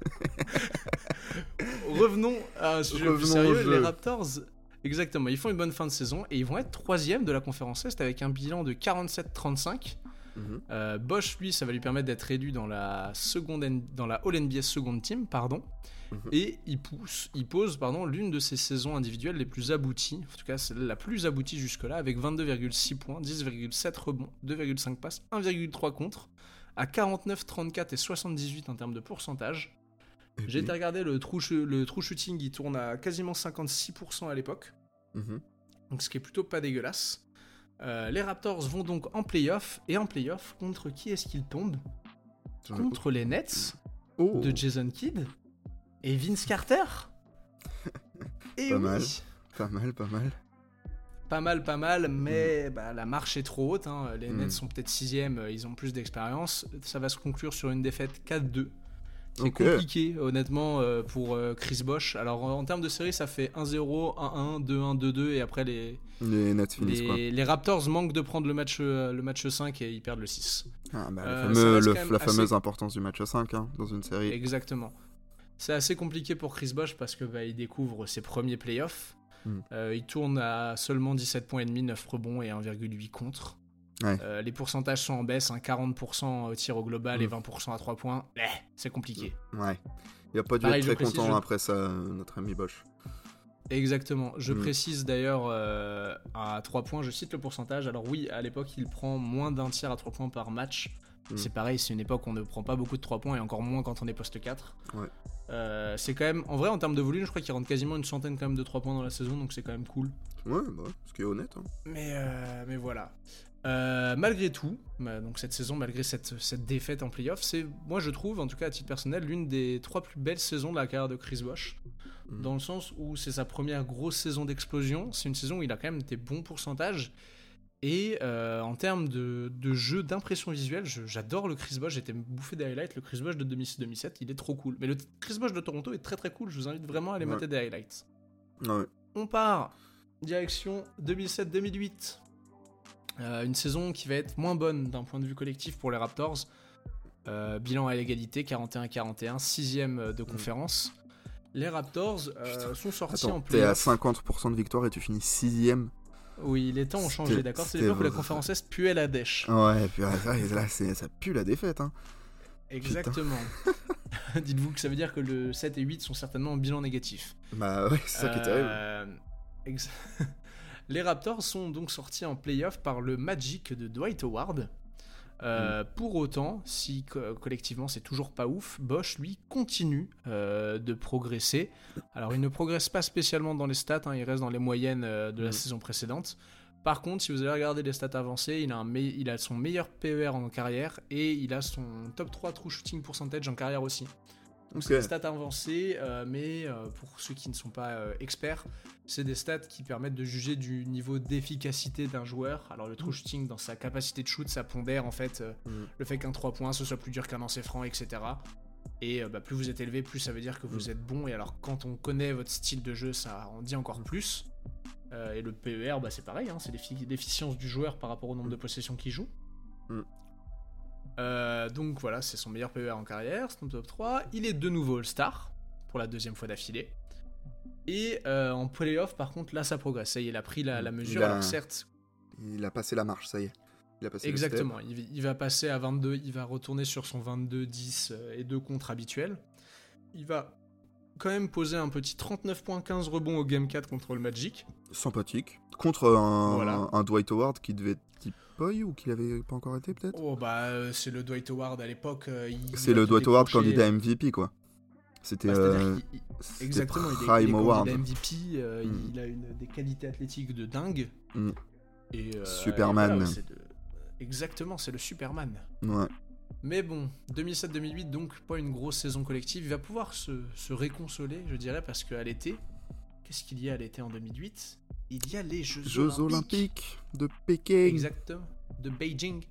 Revenons à un sujet plus Revenons au sérieux. jeu. Les Raptors, exactement, ils font une bonne fin de saison et ils vont être troisième de la conférence Est avec un bilan de quarante-sept trente-cinq. Mhm. Euh, Bosh, lui, ça va lui permettre d'être élu dans la seconde N- dans la All N B A seconde team, pardon. Mhm. Et il pousse, il pose, pardon, l'une de ses saisons individuelles les plus abouties, en tout cas c'est la plus aboutie jusque-là, avec vingt-deux virgule six points, dix virgule sept rebonds, deux virgule cinq passes, un virgule trois contre, à quarante-neuf, trente-quatre et soixante-dix-huit en termes de pourcentage. Et J'ai puis- été regarder le true, sh- le true shooting, il tourne à quasiment cinquante-six pour cent à l'époque, Mhm. donc ce qui est plutôt pas dégueulasse. Euh, les Raptors vont donc en playoff, et en playoff, contre qui est-ce qu'ils tombent? J'en ai Contre les Nets Oh. de Jason Kidd et Vince Carter. Et Pas oui, mal. Pas mal, pas mal. pas mal, pas mal, mais bah, la marche est trop haute. hein. Les Mm. Nets sont peut-être sixième, euh, ils ont plus d'expérience. Ça va se conclure sur une défaite quatre deux. C'est Ok. compliqué, honnêtement, euh, pour euh, Chris Bosh. Alors, en, en termes de série, ça fait un zéro, un un, deux un, deux deux, et après, les, Les Nets finissent quoi. les, les Raptors manquent de prendre le match, euh, le match cinq et ils perdent le six. Ah, bah, Euh, le ça fameux- reste le- quand même la assez- fameuse importance du match cinq hein, dans une série. Exactement. C'est assez compliqué pour Chris Bosh parce que bah, il découvre ses premiers playoffs. Mm. Euh, il tourne à seulement dix-sept points et demi, neuf rebonds et un virgule huit contre. Ouais. Euh, les pourcentages sont en baisse, hein, quarante pour cent au tir au global Mm. et vingt pour cent à trois points. Eh, c'est compliqué. Ouais. Il a pas dû Pareil, être je très précise, content je- après ça, euh, notre ami Bosch. Exactement. Je Mm. précise d'ailleurs euh, à trois points, je cite le pourcentage. Alors oui, à l'époque, il prend moins d'un tir à trois points par match. Mm. C'est pareil, c'est une époque où on ne prend pas beaucoup de trois points et encore moins quand on est poste quatre. Ouais. Euh, c'est quand même, en vrai, en termes de volume, je crois qu'il rentre quasiment une centaine quand même de trois points dans la saison, donc c'est quand même cool. Ouais, bah, ce qui est honnête. Hein. Mais, euh, mais voilà. Euh, malgré tout, bah, donc cette saison, malgré cette, cette défaite en playoff, c'est, moi je trouve, en tout cas à titre personnel, l'une des trois plus belles saisons de la carrière de Chris Bosh. Mm. Dans le sens où c'est sa première grosse saison d'explosion. C'est une saison où il a quand même des bons pourcentages. Et euh, en termes de, de jeu, d'impression visuelle, je- j'adore le Chris Bosh. J'étais bouffé des highlights. Le Chris Bosh de deux mille six deux mille sept, il est trop cool. Mais le Chris Bosh de Toronto est très très cool. Je vous invite vraiment à aller Ouais. mater des highlights. Ah ouais. On part direction deux mille sept deux mille huit. Euh, une saison qui va être moins bonne d'un point de vue collectif pour les Raptors. Euh, bilan à l'égalité, quarante et un quarante et un, sixième de conférence. Les Raptors euh, sont sortis Attends, en t'es à playoff. cinquante pour cent de victoire et tu finis sixième. Oui, les temps ont changé, C'était- d'accord. C'est c'était l'époque où la vrai. conférence Est puait la dèche. Ouais, et puis ouais, ouais, là, c'est- ça pue la défaite. Hein. Exactement. Dites-vous que ça veut dire que le sept et huit sont certainement en bilan négatif. Bah ouais, c'est ça qui est terrible. Euh, ex- Les Raptors sont donc sortis en playoff par le Magic de Dwight Howard. Euh, Pour autant, si co- collectivement c'est toujours pas ouf, Bosh lui continue euh, de progresser. Alors il ne progresse pas spécialement dans les stats, hein, il reste dans les moyennes euh, de la Mm. saison précédente. Par contre, si vous allez regarder les stats avancées, il a, un me- il a son meilleur P E R en carrière et il a son top trois true shooting percentage en carrière aussi. Donc Ok. c'est des stats avancées, euh, mais euh, pour ceux qui ne sont pas euh, experts, c'est des stats qui permettent de juger du niveau d'efficacité d'un joueur. Alors le true shooting, dans sa capacité de shoot, ça pondère en fait euh, Mm. le fait qu'un trois points ce soit plus dur qu'un lancer franc, et cetera. Et euh, bah, plus vous êtes élevé, plus ça veut dire que vous Mm. êtes bon. Et alors quand on connaît votre style de jeu, ça en dit encore plus. Euh, et le P E R, bah, c'est pareil, hein, c'est l'effi- l'efficience du joueur par rapport au nombre de possessions qu'il joue. Mm. Euh, donc voilà, c'est son meilleur P E R en carrière, c'est son top trois. Il est de nouveau All-Star, pour la deuxième fois d'affilée. Et euh, en playoff, par contre, là ça progresse. Ça y est, il a pris la, la Il mesure. a- Alors certes, Il a passé la marche, ça y est. Il a passé exactement, il, il va passer à vingt-deux, il va retourner sur son vingt-deux, dix et deux contre habituel. Il va quand même poser un petit trente-neuf virgule quinze rebonds au Game quatre contre le Magic. le step. Sympathique. Contre un, Voilà. un Dwight Howard qui devait être type boy ou qui l'avait pas encore été, peut-être. Oh bah euh, c'est le Dwight Howard à l'époque. euh, il C'est a le tout Dwight Howard décroché. candidat M V P, quoi. C'était. Bah, c'est-à-dire euh, qu'il- il- c'était Exactement, il est, il est Prime Howard. candidat M V P, euh, Mm. il a une, des qualités athlétiques de dingue. Mm. Et, euh, Superman. et voilà, c'est le- Exactement, c'est le Superman. Ouais. Mais bon, deux mille sept deux mille huit, donc pas une grosse saison collective. Il va pouvoir se, se réconsoler, je dirais, parce qu'à l'été, qu'est-ce qu'il y a à l'été en deux mille huit? Il y a les Jeux, Jeux Olympiques de Pékin. Exactement, de Beijing.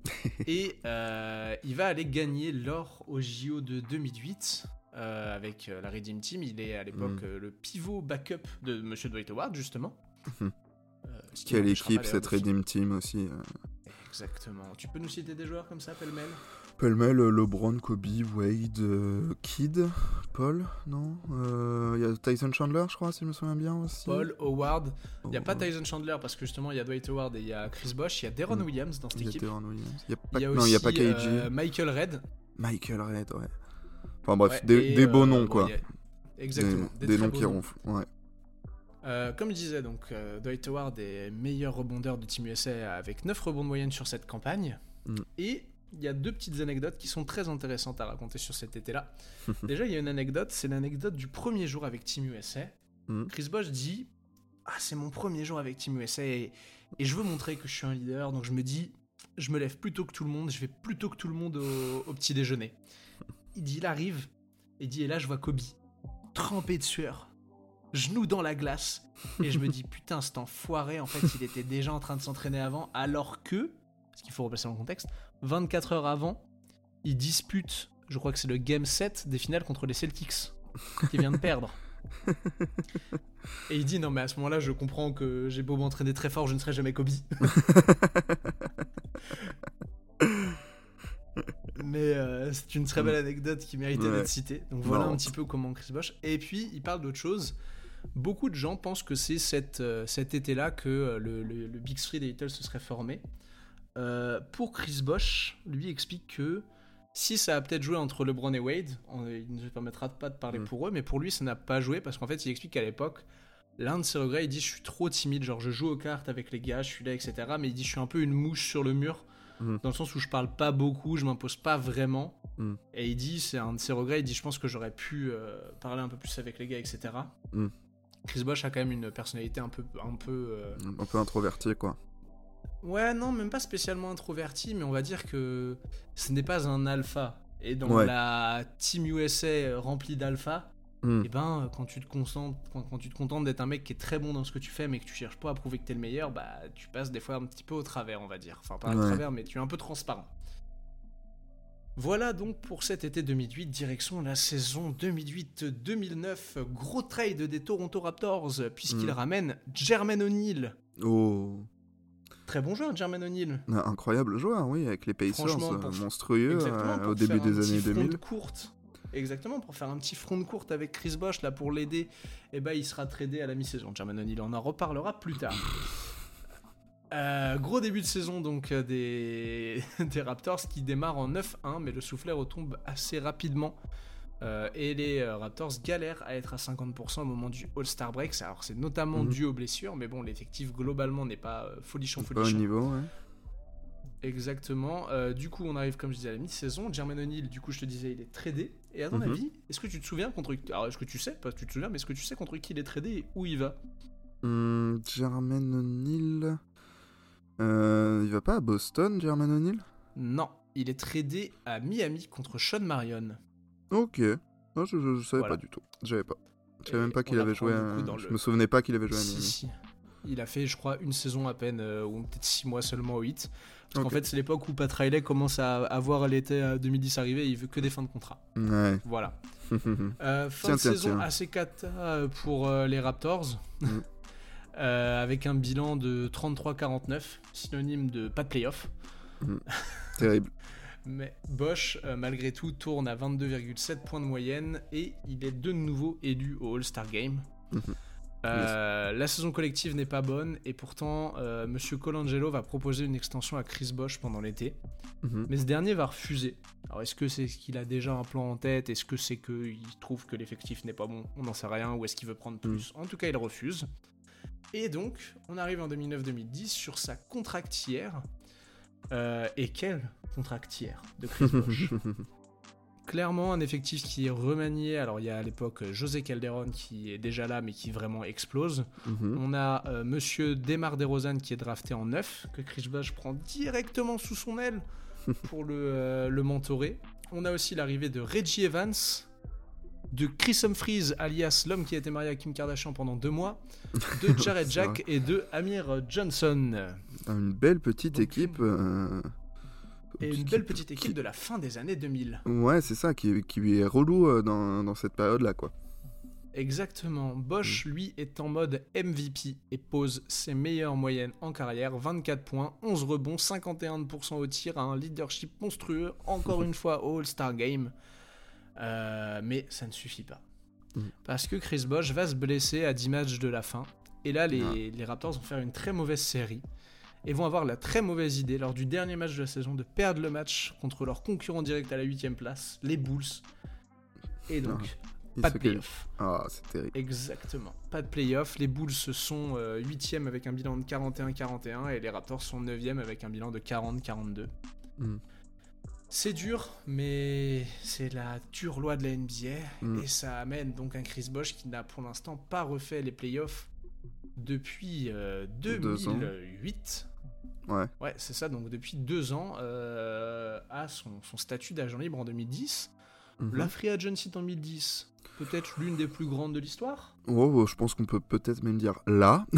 Et euh, il va aller gagner l'or au J O de deux mille huit euh, avec euh, la Redeem Team. Il est à l'époque Mm. euh, le pivot backup de Monsieur Dwight Howard, justement. Mhm. Euh, ce qui Quelle n'empêchera équipe, pas cette d'ailleurs de Redeem Team aussi. euh. Exactement. Tu peux nous citer des joueurs comme ça, pêle-mêle? Pêle-mêle, LeBron, Kobe, Wade, euh, Kidd, Paul, non Euh, Il y a Tyson Chandler, je crois, si je me souviens bien aussi. Paul, Howard. Il n'y a Oh, pas Tyson Chandler parce que justement il y a Dwight Howard et il y a Chris Bosh. Il y a Deron Mm. Williams dans cette Il y a équipe. Deron Williams. Il y a pas, Il y a non, aussi il y a pas K G. euh, Michael Red. Michael Red, ouais. Enfin bref, Ouais, des, et, des euh, beaux noms, bon, quoi. il y a- Exactement. Des, des des très noms beaux qui noms. ronflent, ouais. Euh, comme je disais, donc, euh, Dwight Howard est meilleur rebondeur de Team U S A avec neuf rebonds de moyenne sur cette campagne. Mm. Et il y a deux petites anecdotes qui sont très intéressantes à raconter sur cet été-là. Déjà, il y a une anecdote, c'est l'anecdote du premier jour avec Team U S A. Mm. Chris Bosh dit « Ah, c'est mon premier jour avec Team U S A et, et je veux montrer que je suis un leader, donc je me dis, je me lève plus tôt que tout le monde, je vais plus tôt que tout le monde au, au petit déjeuner. » Il dit, il arrive, et dit, et là je vois Kobe, trempé de sueur, genoux dans la glace, et je me dis, putain, cet enfoiré, en fait, il était déjà en train de s'entraîner avant, alors que, parce qu'il faut replacer dans le contexte, vingt-quatre heures avant, il dispute, je crois que c'est le Game sept des finales contre les Celtics, qu'il vient de perdre. Et il dit, non mais à ce moment-là, je comprends que j'ai beau m'entraîner très fort, je ne serai jamais Kobe. Mais euh, c'est une très belle anecdote qui méritait Ouais. d'être citée. Donc voilà Non. un petit peu comment Chris Bosh. Et puis il parle d'autre chose. Beaucoup de gens pensent que c'est cette, euh, cet été-là que euh, le, le, le Big Three des Heatles se serait formé. Euh, pour Chris Bosh, lui explique que si ça a peut-être joué entre LeBron et Wade, on, il ne se permettra pas de parler Mm. pour eux, mais pour lui ça n'a pas joué parce qu'en fait il explique qu'à l'époque, l'un de ses regrets, il dit je suis trop timide, genre je joue aux cartes avec les gars, je suis là, et cetera. Mais il dit je suis un peu une mouche sur le mur. Mm. Dans le sens où je parle pas beaucoup, je m'impose pas vraiment. Mm. Et il dit, c'est un de ses regrets, il dit je pense que j'aurais pu euh, parler un peu plus avec les gars, et cetera. Mm. Chris Bosh a quand même une personnalité un peu... Un peu euh, Un peu introverti, quoi. Ouais, non, même pas spécialement introverti, mais on va dire que ce n'est pas un alpha. Et dans Ouais. la Team U S A remplie d'alpha, Mm. et ben quand tu te concentres, quand, quand tu te contentes d'être un mec qui est très bon dans ce que tu fais, mais que tu cherches pas à prouver que t'es le meilleur, bah tu passes des fois un petit peu au travers, on va dire. Enfin pas au Ouais. travers, mais tu es un peu transparent. Voilà donc pour cet été deux mille huit, direction la saison deux mille huit deux mille neuf, gros trade des Toronto Raptors, puisqu'il Mm. ramène Jermaine O'Neal. Oh, Très bon joueur, Jermaine O'Neal. un incroyable joueur, oui, avec les Pacers, Franchement, euh, pour- monstrueux Exactement, euh, pour au début faire un des petit années front deux mille. de courte. Exactement, pour faire un petit front de courte avec Chris Bosh là pour l'aider, et ben il sera tradé à la mi-saison. Jermaine O'Neal, on en reparlera plus tard. Euh, gros début de saison donc euh, des... des Raptors qui démarrent en neuf un, mais le soufflet retombe assez rapidement. Euh, et les euh, Raptors galèrent à être à cinquante pour cent au moment du All-Star Break. Alors c'est notamment Mhm. dû aux blessures, mais bon, l'effectif globalement n'est pas euh, folichon Pas au folichon. niveau, ouais. Exactement. Euh, du coup, on arrive, comme je disais, à la mi-saison. Jermaine O'Neal, du coup, je te disais, il est tradé. Et à ton Mhm. avis, est-ce que tu te souviens contre... Alors, est-ce que tu sais, pas que tu te souviens, mais est-ce que tu sais contre qui il est tradé et où il va? Hum, Jermaine O'Neal. Euh, il va pas à Boston, Jermaine O'Neal? Non, il est tradé à Miami contre Sean Marion. Ok. Non, je, je, je savais Voilà. pas du tout. Je savais pas. Je savais Et même pas qu'il on avait apprend joué. du À... coup dans Je le- me souvenais pas qu'il avait joué à Si, Miami. si. Il a fait, je crois, une saison à peine, euh, ou peut-être six mois seulement au Heat. Parce qu'en Ok. fait, c'est l'époque où Pat Riley commence à, à voir l'été euh, deux mille dix arriver et il veut que des fins de contrat. Ouais. Voilà. Euh, fin Tiens, de tiens, saison tiens. assez cata euh, pour euh, les Raptors. Mm. Euh, avec un bilan de trente-trois quarante-neuf, synonyme de pas de playoff. Terrible. Mais Bosch, euh, malgré tout, tourne à vingt-deux virgule sept points de moyenne et il est de nouveau élu au All-Star Game. Mhm. Euh, La saison collective n'est pas bonne et pourtant, euh, Monsieur Colangelo va proposer une extension à Chris Bosh pendant l'été. Mhm. Mais ce dernier va refuser. Alors est-ce que c'est qu'il a déjà un plan en tête? Est-ce que c'est qu'il trouve que l'effectif n'est pas bon? On n'en sait rien. Ou est-ce qu'il veut prendre plus? En tout cas, il refuse. Et donc, on arrive en deux mille neuf deux mille dix sur sa contractière. Euh, et quelle contractière de Chris Bosh. Clairement, un effectif qui est remanié. Alors, il y a à l'époque José Calderon qui est déjà là, mais qui vraiment explose. Mhm. On a euh, Monsieur Demar DeRozan qui est drafté en neuf, que Chris Bosh prend directement sous son aile pour le, euh, le mentorer. On a aussi l'arrivée de Reggie Evans, de Chris Humphries, alias l'homme qui a été marié à Kim Kardashian pendant deux mois, de Jared C'est Jack et de Amir Johnson. Une belle petite Donc, équipe. euh, Et qui- une qui- belle petite équipe qui- de la fin des années deux mille. Ouais, c'est ça, qui, qui est relou euh, dans, dans cette période-là, quoi. Exactement. Bosch, lui, est en mode M V P et pose ses meilleures moyennes en carrière. vingt-quatre points, onze rebonds, cinquante et un pour cent au tir, un leadership monstrueux, encore une fois au All-Star Game. Euh, mais ça ne suffit pas. Mm. Parce que Chris Bosh va se blesser à dix matchs de la fin. Et là, les, Ah. les Raptors vont faire une très mauvaise série. Et vont avoir la très mauvaise idée, lors du dernier match de la saison, de perdre le match contre leur concurrent direct à la huitième place, les Bulls. Et donc, Il pas se de qualifie. playoff. Ah, c'est terrible. Exactement. Pas de playoff. Les Bulls sont huitième avec un bilan de quarante et un quarante et un et les Raptors sont neuvième avec un bilan de quarante quarante-deux. Mm. C'est dur, mais c'est la dure loi de la N B A Mm. et ça amène donc un Chris Bosh qui n'a pour l'instant pas refait les playoffs depuis euh, Deux ans. deux mille huit. Ouais. Ouais, c'est ça, donc depuis deux ans, euh, à son, son statut d'agent libre en deux mille dix. Mhm. La Free Agency en deux mille dix, peut-être l'une des plus grandes de l'histoire. Oh, oh, je pense qu'on peut peut-être même dire là.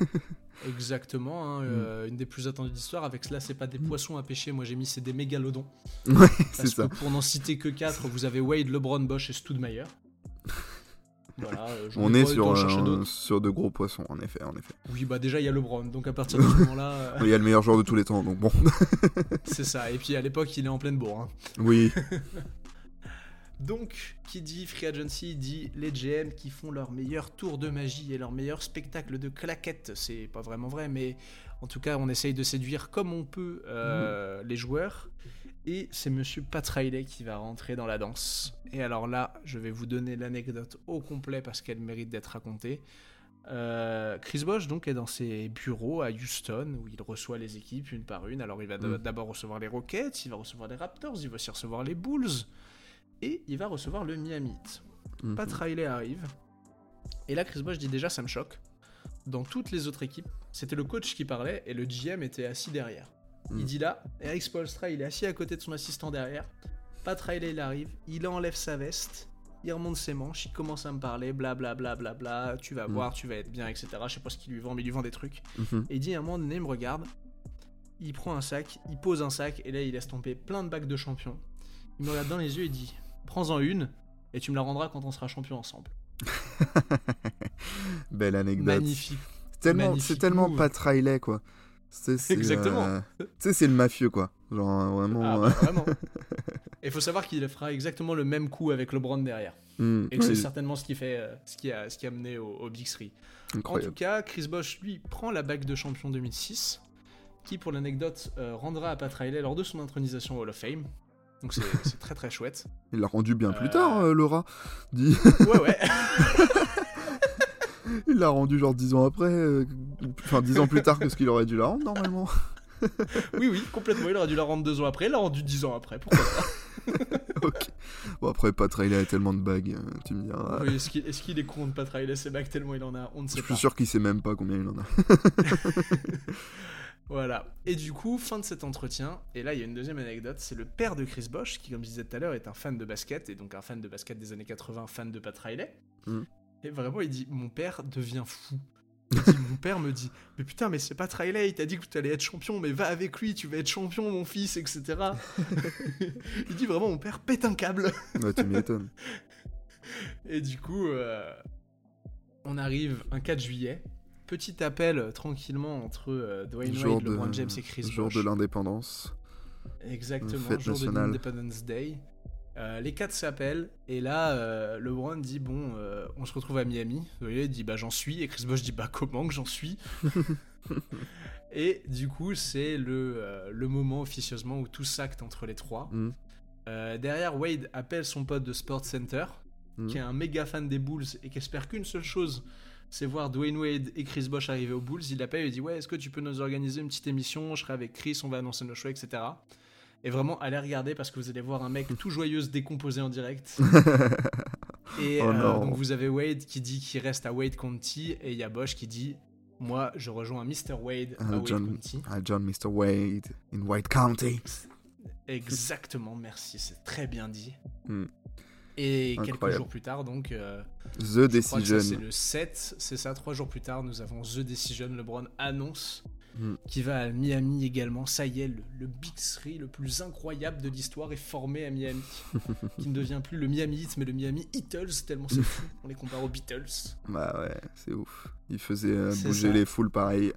Exactement, hein, euh, une des plus attendues de l'histoire. Avec cela, c'est pas des poissons à pêcher, moi j'ai mis c'est des mégalodons. Ouais, c'est Parce que ça. pour n'en citer que quatre, vous avez Wade, LeBron, Bosh et Stoudemire. Voilà, euh, j'en ai On pas est eu le sur, temps de chercher euh, d'autres. sur de gros poissons, en effet, en effet. Oui, bah déjà il y a LeBron, donc à partir de ce moment-là, euh, Il y a le meilleur joueur de tous les temps, donc bon. c'est ça. Et puis à l'époque, il est en pleine bourre. Hein. Oui. Donc, qui dit Free Agency dit les G M qui font leur meilleur tour de magie et leur meilleur spectacle de claquettes. C'est pas vraiment vrai, mais en tout cas, on essaye de séduire comme on peut euh, les joueurs. Et c'est Monsieur Pat Riley qui va rentrer dans la danse. Et alors là, je vais vous donner l'anecdote au complet parce qu'elle mérite d'être racontée. Euh, Chris Bosh donc est dans ses bureaux à Houston où il reçoit les équipes une par une. Alors il va Mm. d'abord recevoir les Rockets, il va recevoir les Raptors, il va aussi recevoir les Bulls et il va recevoir le Miami Heat. Mhm. Pat Riley arrive et là Chris Bosh dit déjà ça me choque. Dans toutes les autres équipes, c'était le coach qui parlait et le G M était assis derrière. Mm. Il dit là, Eric Spoelstra il est assis à côté de son assistant derrière. Pat Riley il arrive, il enlève sa veste. Il remonte ses manches, il commence à me parler, blablabla, bla, bla, bla, bla, tu vas Mm. voir, tu vas être bien, et cetera. Je sais pas ce qu'il lui vend, mais il lui vend des trucs. Mhm. Et il dit à un moment donné, il me regarde, il prend un sac, il pose un sac, et là il laisse tomber plein de bagues de champion. Il me regarde dans les yeux et dit, prends-en une, et tu me la rendras quand on sera champion ensemble. Belle anecdote. Magnifique. C'est tellement, magnifique c'est tellement move. Pat Riley, quoi. C'est, c'est, Exactement. euh, Tu sais, c'est le mafieux, quoi. Genre, euh, vraiment. Ah, euh, bah, vraiment. Et il faut savoir qu'il fera exactement le même coup avec LeBron derrière. hmm, Et que c'est oui, certainement ce qui, fait, euh, ce qui, a, ce qui a mené au, au Big Three. En tout incroyable. cas, Chris Bosh, lui, prend la bague de champion deux mille six, qui, pour l'anecdote, euh, rendra à Pat Riley lors de son intronisation au Hall of Fame. Donc c'est, c'est très très chouette. Il l'a rendu bien plus Euh, tard, euh, le rat. Dis- Ouais, ouais. Il l'a rendu genre dix ans après. euh, Enfin, dix ans plus tard que ce qu'il aurait dû la rendre, normalement. Oui, oui, complètement. Il aurait dû la rendre deux ans après, il l'a rendu dix ans après. Pourquoi pas Ok. Bon, après, Pat Riley a tellement de bagues, euh, tu me diras. Oui, est-ce, qu'il, est-ce qu'il est con de Pat Riley, ces bagues tellement il en a, on ne Je sait suis pas. sûr qu'il sait même pas combien il en a. Voilà. Et du coup, fin de cet entretien, et là il y a une deuxième anecdote, c'est le père de Chris Bosh, qui comme je disais tout à l'heure est un fan de basket, et donc un fan de basket des années quatre-vingts, fan de Pat Riley. Mm. Et vraiment il dit, mon père devient fou. Il dit, mon père me dit, mais putain, mais c'est Pat Riley, il t'a dit que tu allais être champion, mais va avec lui, tu vas être champion mon fils, et cetera. Il dit vraiment, mon père pète un câble. Ouais, tu m'étonnes. Et du coup, euh, on arrive un quatre juillet. Petit appel euh, tranquillement entre euh, Dwayne jour Wade, de, LeBron James et Chris jour Bosh. Jour de l'indépendance. Exactement, fête jour nationale. de l'Independence Day. Euh, les quatre s'appellent et là, euh, LeBron dit bon, euh, on se retrouve à Miami. Dwayne Wade dit bah j'en suis et Chris Bosh dit bah comment que j'en suis. Et du coup, c'est le, euh, le moment officieusement où tout s'acte entre les trois. Mm. Euh, derrière, Wade appelle son pote de Sports Center, mm. qui est un méga fan des Bulls et qui espère qu'une seule chose, c'est voir Dwayne Wade et Chris Bosh arriver aux Bulls. Il l'appelle et il dit ouais, est-ce que tu peux nous organiser une petite émission, je serai avec Chris, on va annoncer nos choix, et cetera. Et vraiment, allez regarder parce que vous allez voir un mec tout joyeux se décomposer en direct. Et oh euh, donc vous avez Wade qui dit qu'il reste à Wade County et il y a Bosh qui dit moi je rejoins mister Wade à uh, Wade John, County. I join mister Wade in Wade County. Exactement, merci, c'est très bien dit. Mm. Et Incroyable. Quelques jours plus tard, donc euh, The Decision. C'est le sept, c'est ça, trois jours plus tard, nous avons The Decision. LeBron annonce mm. qu'il va à Miami également. Ça y est, le, le Big Three le plus incroyable de l'histoire est formé à Miami. Qui ne devient plus le Miami Heat, mais le Miami Heatles, tellement c'est fou. On les compare aux Beatles. Bah ouais, c'est ouf. Ils faisaient euh, bouger ça. Les foules pareil.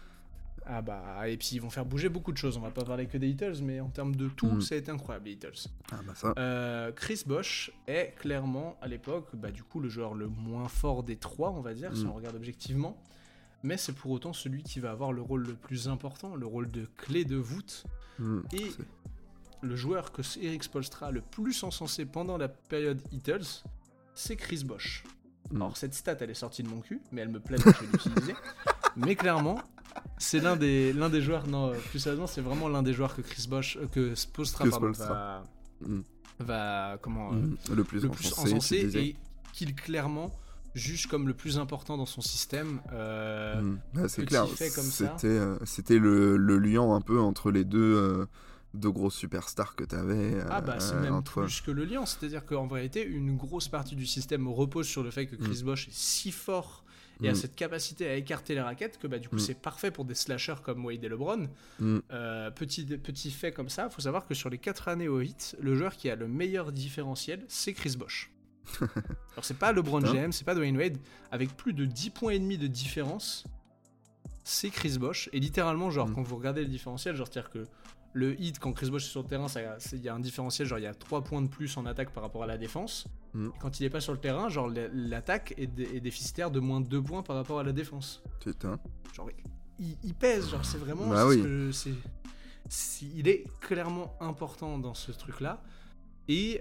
Ah bah, et puis ils vont faire bouger beaucoup de choses. On va pas parler que des Heatles, mais en termes de tout, mm. ça a été incroyable, les Heatles. Ah bah ça. Euh, Chris Bosh est clairement, à l'époque, bah du coup, le joueur le moins fort des trois, on va dire, mm. si on regarde objectivement. Mais c'est pour autant celui qui va avoir le rôle le plus important, le rôle de clé de voûte. Mm. Et c'est... le joueur que Eric Spoelstra a le plus encensé pendant la période Heatles, c'est Chris Bosh. Mm. Alors, cette stat, elle est sortie de mon cul, mais elle me plaît donc je vais l'utiliser. Mais clairement... c'est l'un des, l'un des joueurs, non, plus sérieusement, c'est vraiment l'un des joueurs que Chris Bosh, euh, que Spoelstra, que pardon, va, mm. va, comment, mm. euh, le plus le encensé, plus encensé et qu'il clairement juge comme le plus important dans son système. Euh, mm. bah, c'est clair, fait comme c'était, ça. Euh, c'était le, le lien un peu entre les deux, euh, deux grosses superstars que t'avais. Euh, ah bah c'est même entre... plus que le lien, c'est-à-dire qu'en vérité, une grosse partie du système repose sur le fait que Chris mm. Bosh est si fort et mm. a cette capacité à écarter les raquettes que bah, du coup mm. c'est parfait pour des slashers comme Wade et LeBron. Mm. Euh, petit, petit fait comme ça, il faut savoir que sur les quatre années au Heat, le joueur qui a le meilleur différentiel, c'est Chris Bosh. Alors c'est pas LeBron Putain. James, c'est pas Dwayne Wade, avec plus de dix points et demi de différence, c'est Chris Bosh. Et littéralement, genre, mm. quand vous regardez le différentiel, genre, c'est-à-dire que le Heat, quand Chris Bosh est sur le terrain, il y a un différentiel, genre il y a trois points de plus en attaque par rapport à la défense. Mm. Et quand il est pas sur le terrain, genre l'attaque est, dé- est déficitaire de moins de deux points par rapport à la défense. Putain. Genre il, il pèse, genre c'est vraiment... Bah c'est oui. que c'est, c'est, il est clairement important dans ce truc-là. Et...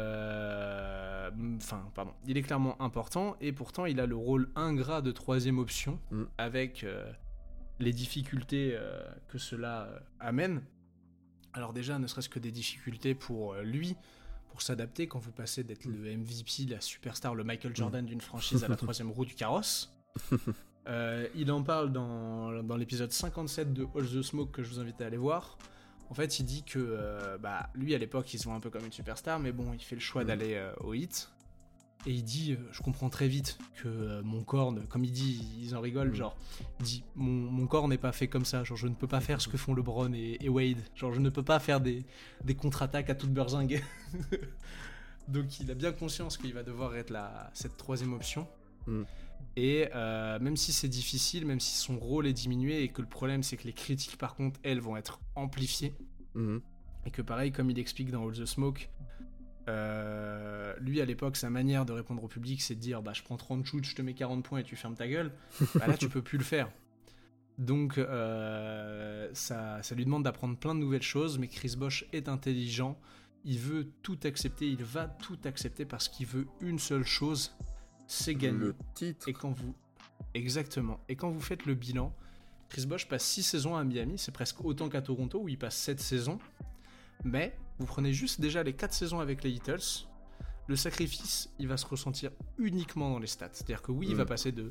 Euh, enfin, pardon. Il est clairement important et pourtant il a le rôle ingrat de troisième option mm. avec euh, les difficultés euh, que cela euh, amène. Alors déjà, ne serait-ce que des difficultés pour lui, pour s'adapter quand vous passez d'être le M V P, la superstar, le Michael Jordan d'une franchise à la troisième roue du carrosse. Euh, il en parle dans, dans l'épisode cinquante-sept de All the Smoke que je vous invite à aller voir. En fait, il dit que euh, bah, lui, à l'époque, il se voit un peu comme une superstar, mais bon, il fait le choix d'aller euh, au Heat. Et il dit, euh, je comprends très vite que euh, mon corps, comme il dit, ils en rigolent, genre, il dit, mon, mon corps n'est pas fait comme ça, genre, je ne peux pas faire ce que font LeBron et, et Wade, genre, je ne peux pas faire des, des contre-attaques à toute berzingue. Donc, il a bien conscience qu'il va devoir être la, cette troisième option. Mm. Et euh, même si c'est difficile, même si son rôle est diminué, et que le problème, c'est que les critiques, par contre, elles, vont être amplifiées. Mm. Et que pareil, comme il explique dans All the Smoke, Euh, lui à l'époque sa manière de répondre au public c'est de dire bah je prends trente shoots, je te mets quarante points et tu fermes ta gueule. Bah là tu peux plus le faire, donc euh, ça, ça lui demande d'apprendre plein de nouvelles choses. Mais Chris Bosh est intelligent, il veut tout accepter, il va tout accepter parce qu'il veut une seule chose, c'est gagner le titre. Et quand vous exactement et quand vous faites le bilan, Chris Bosh passe six saisons à Miami, c'est presque autant qu'à Toronto où il passe sept saisons. Mais vous prenez juste déjà les quatre saisons avec les Heatles, le sacrifice, il va se ressentir uniquement dans les stats. C'est-à-dire que oui, mmh. il va passer de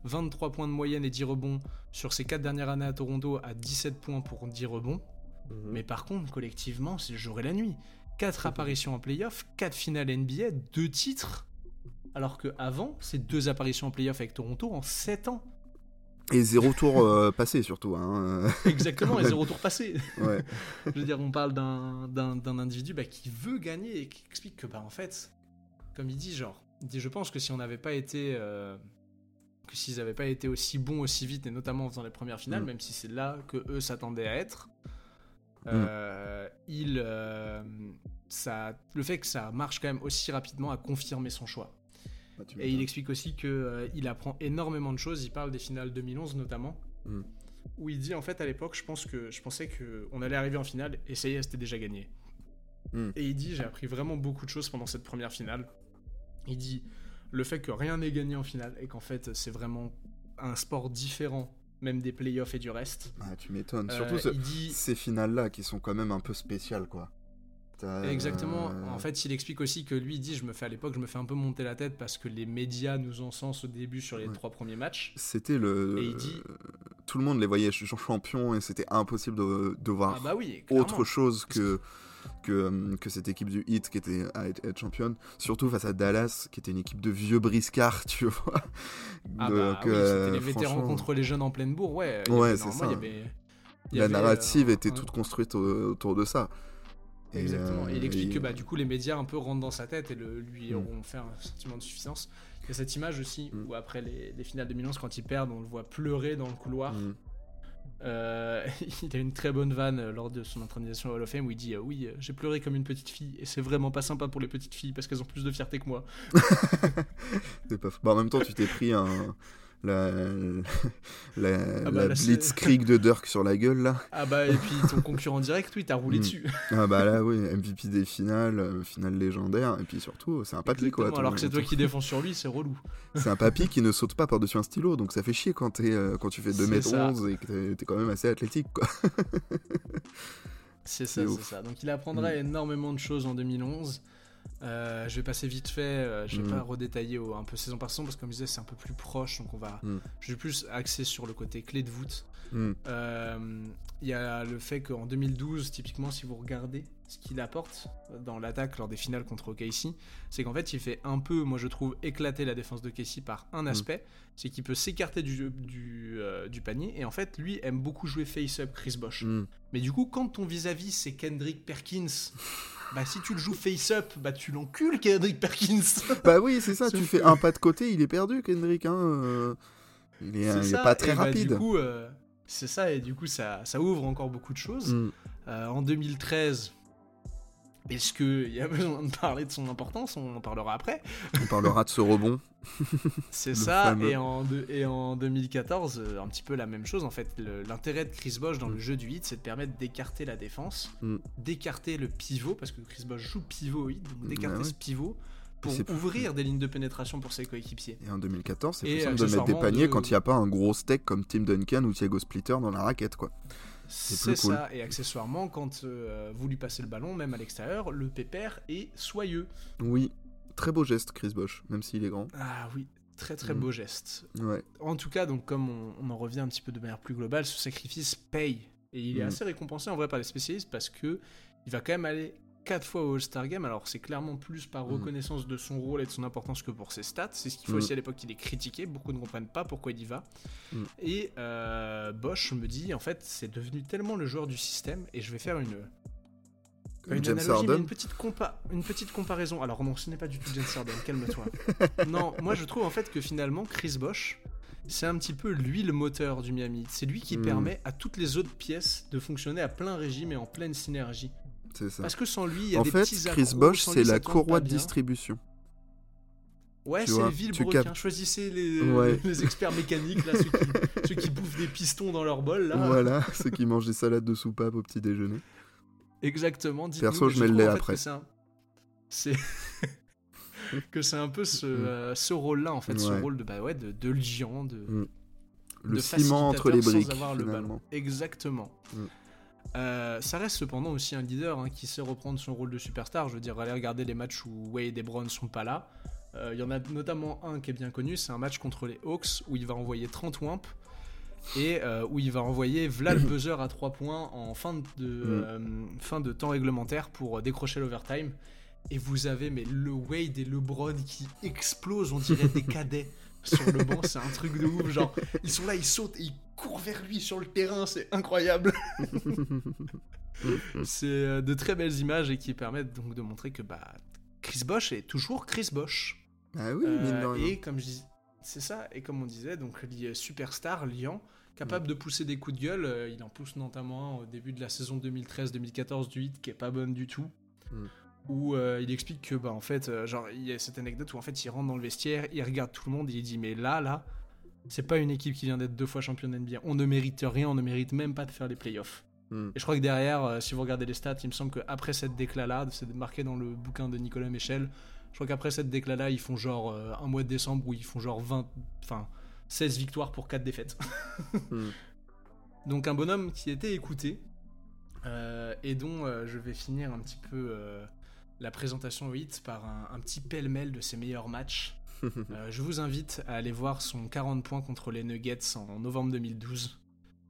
vingt-trois points de moyenne et dix rebonds sur ses quatre dernières années à Toronto à dix-sept points pour dix rebonds. Mmh. Mais par contre, collectivement, c'est le jour et la nuit. quatre mmh. apparitions en play-off, quatre finales N B A, deux titres. Alors qu'avant, c'est deux apparitions en play-off avec Toronto en sept ans. Et zéro tour euh, passé surtout. Hein. Exactement, et zéro tour passé. Ouais. Je veux dire, on parle d'un, d'un, d'un individu bah, qui veut gagner et qui explique que, bah, en fait, comme il dit, genre, il dit, je pense que si on n'avait pas été, euh, que s'ils n'avaient pas été aussi bons aussi vite, et notamment en faisant les premières finales, mm. même si c'est là que eux s'attendaient à être, euh, mm. il, euh, ça, le fait que ça marche quand même aussi rapidement a confirmé son choix. Bah, et il explique aussi qu'il euh, apprend énormément de choses. Il parle des finales deux mille onze notamment, mm. où il dit en fait à l'époque, je pense que je pensais qu'on allait arriver en finale et ça y est, c'était déjà gagné. Mm. Et il dit j'ai appris vraiment beaucoup de choses pendant cette première finale. Il dit le fait que rien n'est gagné en finale et qu'en fait c'est vraiment un sport différent, même des playoffs et du reste. Ah, tu m'étonnes. Euh, Surtout ce, dit... ces finales-là qui sont quand même un peu spéciales, quoi. T'as... Exactement. En fait, il explique aussi que lui, il dit, je me fais à l'époque, je me fais un peu monter la tête parce que les médias nous encensent au début sur les ouais. trois premiers matchs. C'était le. Et il dit... Tout le monde les voyait champions et c'était impossible de, de voir ah bah oui, autre chose que que que cette équipe du Heat qui était à être, être championne. Surtout face à Dallas, qui était une équipe de vieux briscards, tu vois. Ah bah Donc, oui, euh, c'était les vétérans franchement... contre les jeunes en pleine bourre, ouais. Ouais, avait, c'est ça. Il y avait, il y la avait, narrative euh, était un... toute construite autour de ça. Exactement, et, euh, et il explique et... que bah, du coup les médias un peu rentrent dans sa tête et le, lui mm. auront fait un sentiment de suffisance. Il y a cette image aussi mm. où après les, les finales deux mille onze, quand ils perdent, on le voit pleurer dans le couloir. Mm. Euh, il a une très bonne vanne lors de son intronisation au Hall of Fame où il dit euh, oui, j'ai pleuré comme une petite fille et c'est vraiment pas sympa pour les petites filles parce qu'elles ont plus de fierté que moi. C'est pas... bah, en même temps, tu t'es pris un... la, la, ah bah, la là, blitzkrieg de Dirk sur la gueule là. Ah bah et puis ton concurrent direct, oui, t'as roulé mm. dessus. Ah bah là oui, M V P des finales, euh, finale légendaire, et puis surtout c'est un papy quoi. Alors que c'est toi qui défends sur lui, c'est relou. C'est un papy qui ne saute pas par-dessus un stylo, donc ça fait chier quand, t'es, euh, quand tu fais deux mètres onze et que t'es, t'es quand même assez athlétique quoi. C'est ça, c'est, c'est ça. Donc il apprendra mm. énormément de choses en deux mille onze. Euh, je vais passer vite fait, euh, je vais mm. pas redétailler au, un peu saison par saison parce que comme je disais c'est un peu plus proche, donc on va, mm. je vais plus axer sur le côté clé de voûte. Il mm. euh, y a le fait qu'en deux mille douze, typiquement si vous regardez ce qu'il apporte dans l'attaque lors des finales contre O K C, c'est qu'en fait il fait un peu, moi je trouve, éclater la défense de O K C par un aspect, mm. c'est qu'il peut s'écarter du, du, euh, du panier et en fait lui aime beaucoup jouer face-up Chris Bosh. Mm. Mais du coup quand ton vis-à-vis c'est Kendrick Perkins, bah si tu le joues face-up, bah tu l'encules Kendrick Perkins. Bah oui c'est ça, tu fais un pas de côté, il est perdu Kendrick, hein. Euh, il est, euh, il est pas très et rapide. Bah, du coup, euh, c'est ça et du coup ça, ça ouvre encore beaucoup de choses. Mm. Euh, en deux mille treize, est-ce qu'il y a besoin de parler de son importance ? On en parlera après. On parlera de ce rebond. C'est ça, et en, de, et en deux mille quatorze, un petit peu la même chose en fait. Le, l'intérêt de Chris Bosh dans mm. le jeu du Heat, c'est de permettre d'écarter la défense, mm. d'écarter le pivot, parce que Chris Bosh joue pivot au Heat, donc d'écarter ah ouais. ce pivot pour ouvrir des lignes de pénétration pour ses coéquipiers. Et en deux mille quatorze, c'est plus simple de mettre des paniers de... quand il n'y a pas un gros steak comme Tim Duncan ou Thiago Splitter dans la raquette, quoi. C'est, c'est ça, cool. Et accessoirement, quand euh, vous lui passez le ballon, même à l'extérieur, le pépère est soyeux. Oui, très beau geste, Chris Bosh, même s'il est grand. Ah oui, très très mmh. beau geste. Ouais. En tout cas, donc comme on, on en revient un petit peu de manière plus globale, ce sacrifice paye. Et il est mmh. assez récompensé en vrai par les spécialistes parce que il va quand même aller quatre fois au All-Star Game, alors c'est clairement plus par mmh. reconnaissance de son rôle et de son importance que pour ses stats. C'est ce qu'il faut mmh. aussi à l'époque qu'il est critiqué, beaucoup ne comprennent pas pourquoi il y va. Mmh. Et euh, Bosh me dit, en fait, c'est devenu tellement le joueur du système, et je vais faire une, une James analogie, mais une petite, compa- une petite comparaison. Alors non, ce n'est pas du tout James Harden, calme-toi. Non, moi je trouve en fait que finalement, Chris Bosh, c'est un petit peu lui le moteur du Miami. C'est lui qui mmh. permet à toutes les autres pièces de fonctionner à plein régime et en pleine synergie. C'est ça. Parce que sans lui, il y a en des fait, petits Chris accros, Bosh, c'est lui, la courroie de distribution. Ouais, tu c'est vois, les vilebrequins. Cap... Choisissez les, ouais. les experts mécaniques, là, ceux, qui, ceux qui bouffent des pistons dans leur bol. Là. Voilà, ceux qui mangent des salades de soupape au petit déjeuner. Exactement. Perso, je mets le lait après. Que c'est, un... c'est... que c'est un peu ce, euh, ce rôle-là, en fait, ouais. ce rôle de, bah, ouais, de, de liant, de, mm. le de ciment entre les briques. Sans avoir le finalement. ballon. Exactement. Mm. Euh, ça reste cependant aussi un leader hein, qui sait reprendre son rôle de superstar. Je veux dire, allez regarder les matchs où Wade et Brown sont pas là. Il euh, y en a notamment un qui est bien connu, c'est un match contre les Hawks où il va envoyer trente wimp et euh, où il va envoyer Vlad buzzer à trois points en fin de, mm. euh, fin de temps réglementaire pour décrocher l'overtime. Et vous avez mais le Wade et LeBron qui explosent, on dirait des cadets sur le banc, c'est un truc de ouf. Genre, ils sont là, ils sautent et ils courent vers lui sur le terrain, c'est incroyable. C'est de très belles images et qui permettent donc de montrer que bah, Chris Bosh est toujours Chris Bosh. Ah oui, euh, mine de rien. Et comme je dis, c'est ça. Et comme on disait, donc superstar, liant, capable mmh. de pousser des coups de gueule. Euh, il en pousse notamment un au début de la saison deux mille treize deux mille quatorze du Heat qui est pas bonne du tout. Mmh. Où euh, il explique que bah en fait, euh, genre il y a cette anecdote où en fait il rentre dans le vestiaire, il regarde tout le monde et il dit mais là là, c'est pas une équipe qui vient d'être deux fois championne N B A. On ne mérite rien, on ne mérite même pas de faire les playoffs. Mm. Et je crois que derrière, euh, si vous regardez les stats, il me semble qu'après cette déclat-là, c'est marqué dans le bouquin de Nicolas Michel, je crois qu'après cette déclat-là, ils font genre euh, un mois de décembre où ils font genre vingt, enfin seize victoires pour quatre défaites. mm. Donc un bonhomme qui était écouté euh, et dont euh, je vais finir un petit peu euh, la présentation au hit par un, un petit pêle-mêle de ses meilleurs matchs. euh, je vous invite à aller voir son quarante points contre les Nuggets en novembre deux mille douze.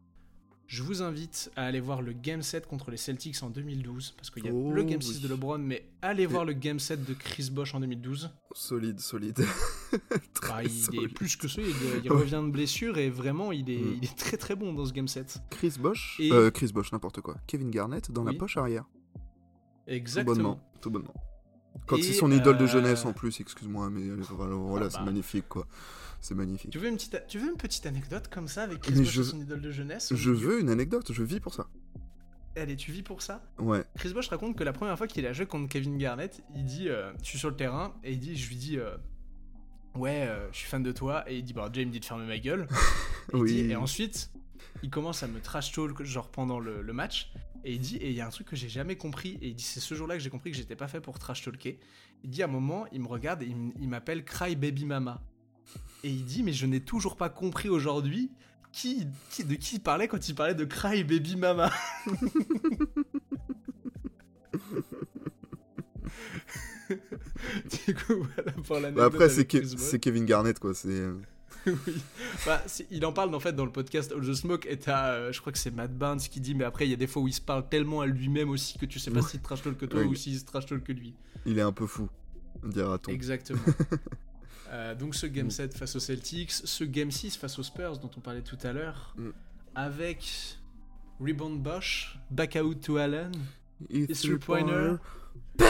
Je vous invite à aller voir le Game sept contre les Celtics en deux mille douze, parce qu'il y a oh, le Game six oui. de LeBron, mais allez voir le Game sept de Chris Bosh en deux mille douze. Solide, solide. Bah, il solide. Est plus que solide, il revient de blessure et vraiment il est, mm. il est très très bon dans ce Game sept. Chris Bosh, et... euh, Chris Bosh, n'importe quoi. Kevin Garnett dans oui. la poche arrière. Exactement. Tout bonnement, tout bonnement. Quand et c'est son idole euh... de jeunesse en plus, excuse-moi, mais voilà, voilà ah bah. c'est magnifique quoi. C'est magnifique. Tu veux, une petite, tu veux une petite anecdote comme ça avec Chris Bosh je... et son idole de jeunesse? Je veux une anecdote, je vis pour ça. Allez, tu vis pour ça? Ouais. Chris Bosh raconte que la première fois qu'il a joué contre Kevin Garnett, il dit, euh, je suis sur le terrain, et il dit, je lui dis, euh, ouais, euh, je suis fan de toi, et il dit, bah, Jay me dit de fermer ma gueule. Et, oui. dit, et ensuite, il commence à me trash talk, genre pendant le, le match, et il dit, et il y a un truc que j'ai jamais compris, et il dit, c'est ce jour-là que j'ai compris que j'étais pas fait pour trash talker. Il dit, à un moment, il me regarde, et il, il m'appelle Cry Baby Mama. Et il dit, mais je n'ai toujours pas compris aujourd'hui qui, qui, de qui il parlait quand il parlait de Cry Baby Mama. Du coup, voilà pour l'anecdote. Bah après, c'est, Ke- c'est Kevin Garnett, quoi. C'est... oui. Bah, c'est, il en parle en fait dans le podcast All the Smoke, et t'as, euh, je crois que c'est Matt Barnes qui dit, mais après, il y a des fois où il se parle tellement à lui-même aussi que tu sais pas s'il trash talk que toi oui. ou s'il se trash talk que lui. Il est un peu fou, dira-t-on. Exactement. Euh, donc ce Game sept face aux Celtics, ce Game six face aux Spurs dont on parlait tout à l'heure, mm. avec Rebound Bosh, Back Out to Allen, It's three pointer, bang,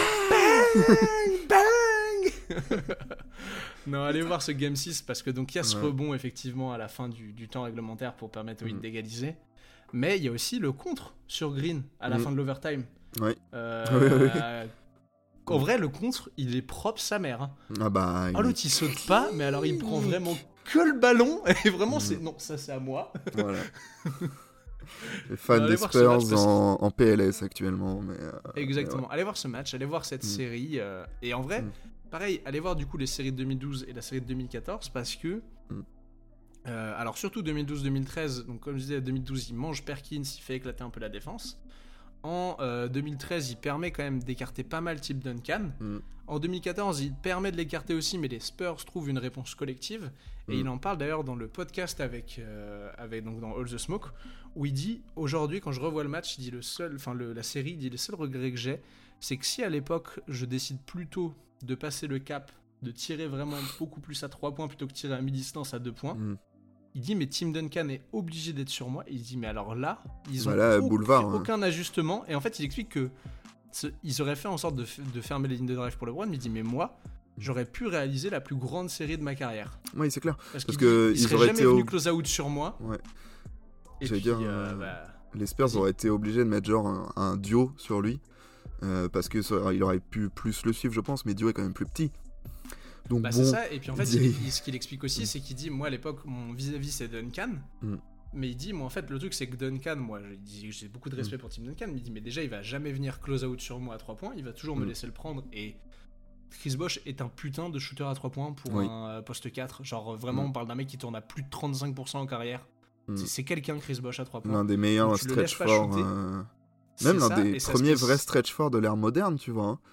bang. Non, allez voir ce Game six parce que donc il y a ce ouais. rebond effectivement à la fin du, du temps réglementaire pour permettre au Heat mm. d'égaliser, mais il y a aussi le contre sur Green à la mm. fin de l'overtime. Oui. Euh, oui, oui, oui. En vrai, le contre, il est propre sa mère. Hein. Ah bah. Oh, l'autre, il saute pas, mais alors il prend vraiment que le ballon. Et vraiment, mmh. c'est. Non, ça, c'est à moi. Voilà. Les fans des Spurs en, en P L S actuellement. Mais euh, exactement. Mais ouais. Allez voir ce match, allez voir cette mmh. série. Euh, et en vrai, mmh. pareil, allez voir du coup les séries de deux mille douze et la série de deux mille quatorze parce que. Mmh. Euh, alors, surtout deux mille douze deux mille treize. Donc, comme je disais, deux mille douze, il mange Perkins, il fait éclater un peu la défense. En euh, deux mille treize, il permet quand même d'écarter pas mal Tim Duncan. Mm. En deux mille quatorze, il permet de l'écarter aussi, mais les Spurs trouvent une réponse collective. Et mm. il en parle d'ailleurs dans le podcast avec, euh, avec donc dans All the Smoke, où il dit aujourd'hui, quand je revois le match, il dit le seul, enfin le, la série, il dit le seul regret que j'ai, c'est que si à l'époque je décide plutôt de passer le cap, de tirer vraiment beaucoup plus à trois points plutôt que tirer à mi-distance à deux points. Mm. Il dit, mais Tim Duncan est obligé d'être sur moi. Et il dit, mais alors là, ils ont voilà, au- boulevard, fait aucun hein. ajustement. Et en fait, il explique que ce, ils auraient fait en sorte de, f- de fermer les lignes de drive pour LeBron. Mais il dit, mais moi, j'aurais pu réaliser la plus grande série de ma carrière. Oui, c'est clair. Parce, Parce qu'il que dit, il serait jamais venu au... close out sur moi. Ouais. Et J'allais puis, dire, euh, bah, les Spurs vas-y. auraient été obligés de mettre genre un, un duo sur lui. Euh, parce que ça, il aurait pu plus le suivre, je pense. Mais Dio est quand même plus petit. Donc bah bon, c'est ça, et puis en fait, il, il, ce qu'il explique aussi, c'est qu'il dit, moi à l'époque, mon vis-à-vis c'est Duncan, mm. mais il dit, moi en fait, le truc c'est que Duncan, moi j'ai, j'ai beaucoup de respect mm. pour Tim Duncan, mais il dit, mais déjà il va jamais venir close out sur moi à trois points, il va toujours mm. me laisser le prendre, et Chris Bosh est un putain de shooter à trois points pour oui. un poste quatre, genre vraiment mm. on parle d'un mec qui tourne à plus de trente-cinq pour cent en carrière, mm. c'est, c'est quelqu'un Chris Bosh à trois points. L'un des meilleurs stretch forts, euh... même l'un ça, des premiers vrais stretch forts de l'ère moderne, tu vois. Hein.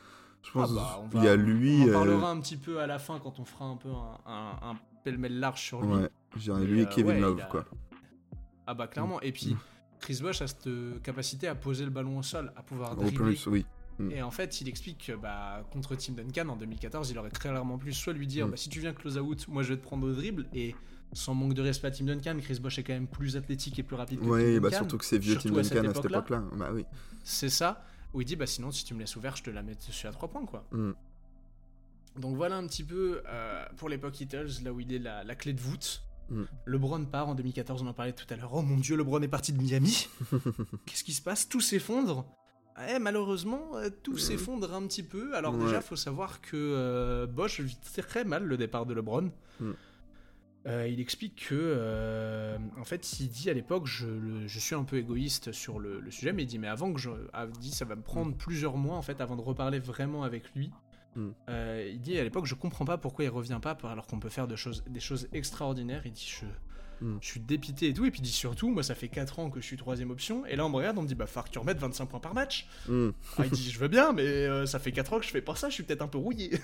Je pense ah bah, on qu'il y a lui. On en parlera euh... un petit peu à la fin quand on fera un peu un, un, un pêle-mêle large sur lui. Ouais, je dirais lui et euh, Kevin ouais, Love, a... quoi. Ah bah clairement. Et puis, Chris Bosh a cette capacité à poser le ballon au sol, à pouvoir dribbler. Au plus, oui. Mm. Et en fait, il explique que bah, contre Tim Duncan en deux mille quatorze, il aurait très clairement pu soit lui dire mm. bah, si tu viens close out, moi je vais te prendre au dribble. Et sans manque de respect à Tim Duncan, Chris Bosh est quand même plus athlétique et plus rapide que ouais, Tim Duncan. Oui, bah surtout que c'est vieux Tim Duncan à cette, à cette époque-là. Bah oui. C'est ça. Où il dit bah sinon, si tu me laisses ouvert, je te la mets dessus à trois points, quoi. Mm. Donc voilà un petit peu euh, pour l'époque Heatles, là où il est la, la clé de voûte. Mm. LeBron part en deux mille quatorze, on en parlait tout à l'heure. Oh mon dieu, LeBron est parti de Miami. Qu'est-ce qui se passe? Tout s'effondre. Eh, malheureusement, euh, tout mm. s'effondre un petit peu. Alors ouais. déjà, faut savoir que euh, Bosh vit très mal le départ de LeBron. Mm. Euh, il explique que, euh, en fait, il dit à l'époque, je, le, je suis un peu égoïste sur le, le sujet, mais il dit, mais avant que je, a dit, ça va me prendre mm. plusieurs mois en fait avant de reparler vraiment avec lui. Mm. Euh, il dit à l'époque, je comprends pas pourquoi il revient pas alors qu'on peut faire de choses, des choses extraordinaires. Il dit, je, mm. je suis dépité et tout. Et puis il dit surtout, moi ça fait quatre ans que je suis troisième option. Et là on me regarde, on me dit, bah faut que tu remettes vingt-cinq points par match. Mm. Alors, il dit, je veux bien, mais euh, ça fait quatre ans que je fais pas ça, je suis peut-être un peu rouillé.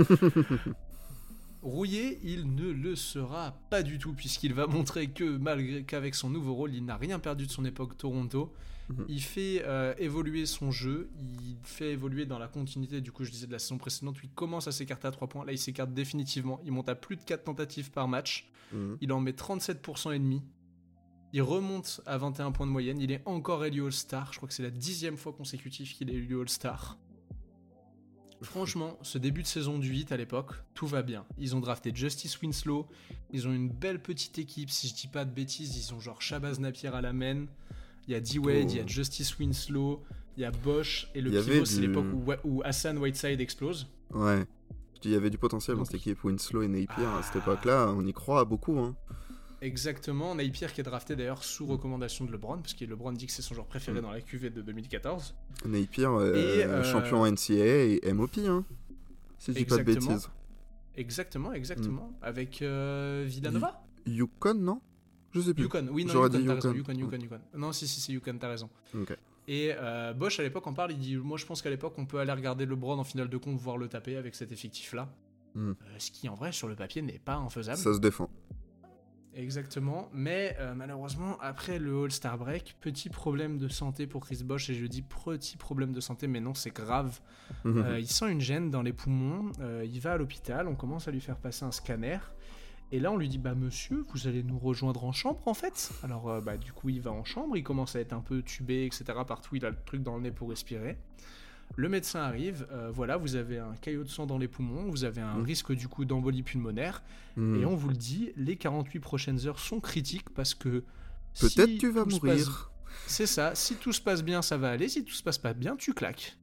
Rouillé, il ne le sera pas du tout, puisqu'il va montrer que malgré qu'avec son nouveau rôle, il n'a rien perdu de son époque Toronto. Mmh. Il fait euh, évoluer son jeu, il fait évoluer dans la continuité, du coup je disais de la saison précédente, où il commence à s'écarter à trois points, là il s'écarte définitivement, il monte à plus de quatre tentatives par match, mmh. il en met trente-sept pour cent et demi, il remonte à vingt et un points de moyenne, il est encore élu All-Star, je crois que c'est la dixième fois consécutive qu'il est élu All-Star. Franchement, ce début de saison du Heat à l'époque, tout va bien. Ils ont drafté Justice Winslow, ils ont une belle petite équipe, si je dis pas de bêtises, ils ont genre Shabazz Napier à la main, il y a D-Wade, il oh. y a Justice Winslow, il y a Bosh, et le pivot, du... c'est l'époque où, où Hassan Whiteside explose. Ouais, il y avait du potentiel Donc... dans cette équipe, Winslow et Napier, ah... à cette époque-là, on y croit beaucoup, hein. Exactement, Napier qui est drafté d'ailleurs sous recommandation de LeBron, parce que LeBron dit que c'est son joueur préféré mm. dans la Q V de deux mille quatorze. Napier, euh, et, euh... champion N C A A et M O P, hein, si je dis pas de bêtises. Exactement, exactement, mm. avec euh, Villanova y- Yukon, non? Je sais plus. Yukon, oui, non, J'aurais Yukon, dit t'as Yukon. raison, Yukon, Yukon, Yukon. Non, si, si, c'est Yukon, t'as raison. Ok. Et euh, Bosh, à l'époque, en parle, il dit, moi je pense qu'à l'époque, on peut aller regarder LeBron en finale de conf, voir le taper avec cet effectif-là. Mm. Euh, ce qui, en vrai, sur le papier, n'est pas infaisable. Ça se défend. Exactement, mais euh, malheureusement, après le All-Star Break, petit problème de santé pour Chris Bosh, et je dis petit problème de santé, mais non, c'est grave. Mmh. Euh, il sent une gêne dans les poumons, euh, il va à l'hôpital, on commence à lui faire passer un scanner, et là on lui dit, bah monsieur, vous allez nous rejoindre en chambre en fait. Alors euh, bah du coup il va en chambre, il commence à être un peu tubé, et cetera. Partout, il a le truc dans le nez pour respirer. Le médecin arrive, euh, voilà, vous avez un caillot de sang dans les poumons, vous avez un mmh. risque du coup d'embolie pulmonaire, mmh. et on vous le dit, les quarante-huit prochaines heures sont critiques parce que peut-être si tu vas mourir. Passe... C'est ça, si tout se passe bien, ça va aller, si tout se passe pas bien, tu claques.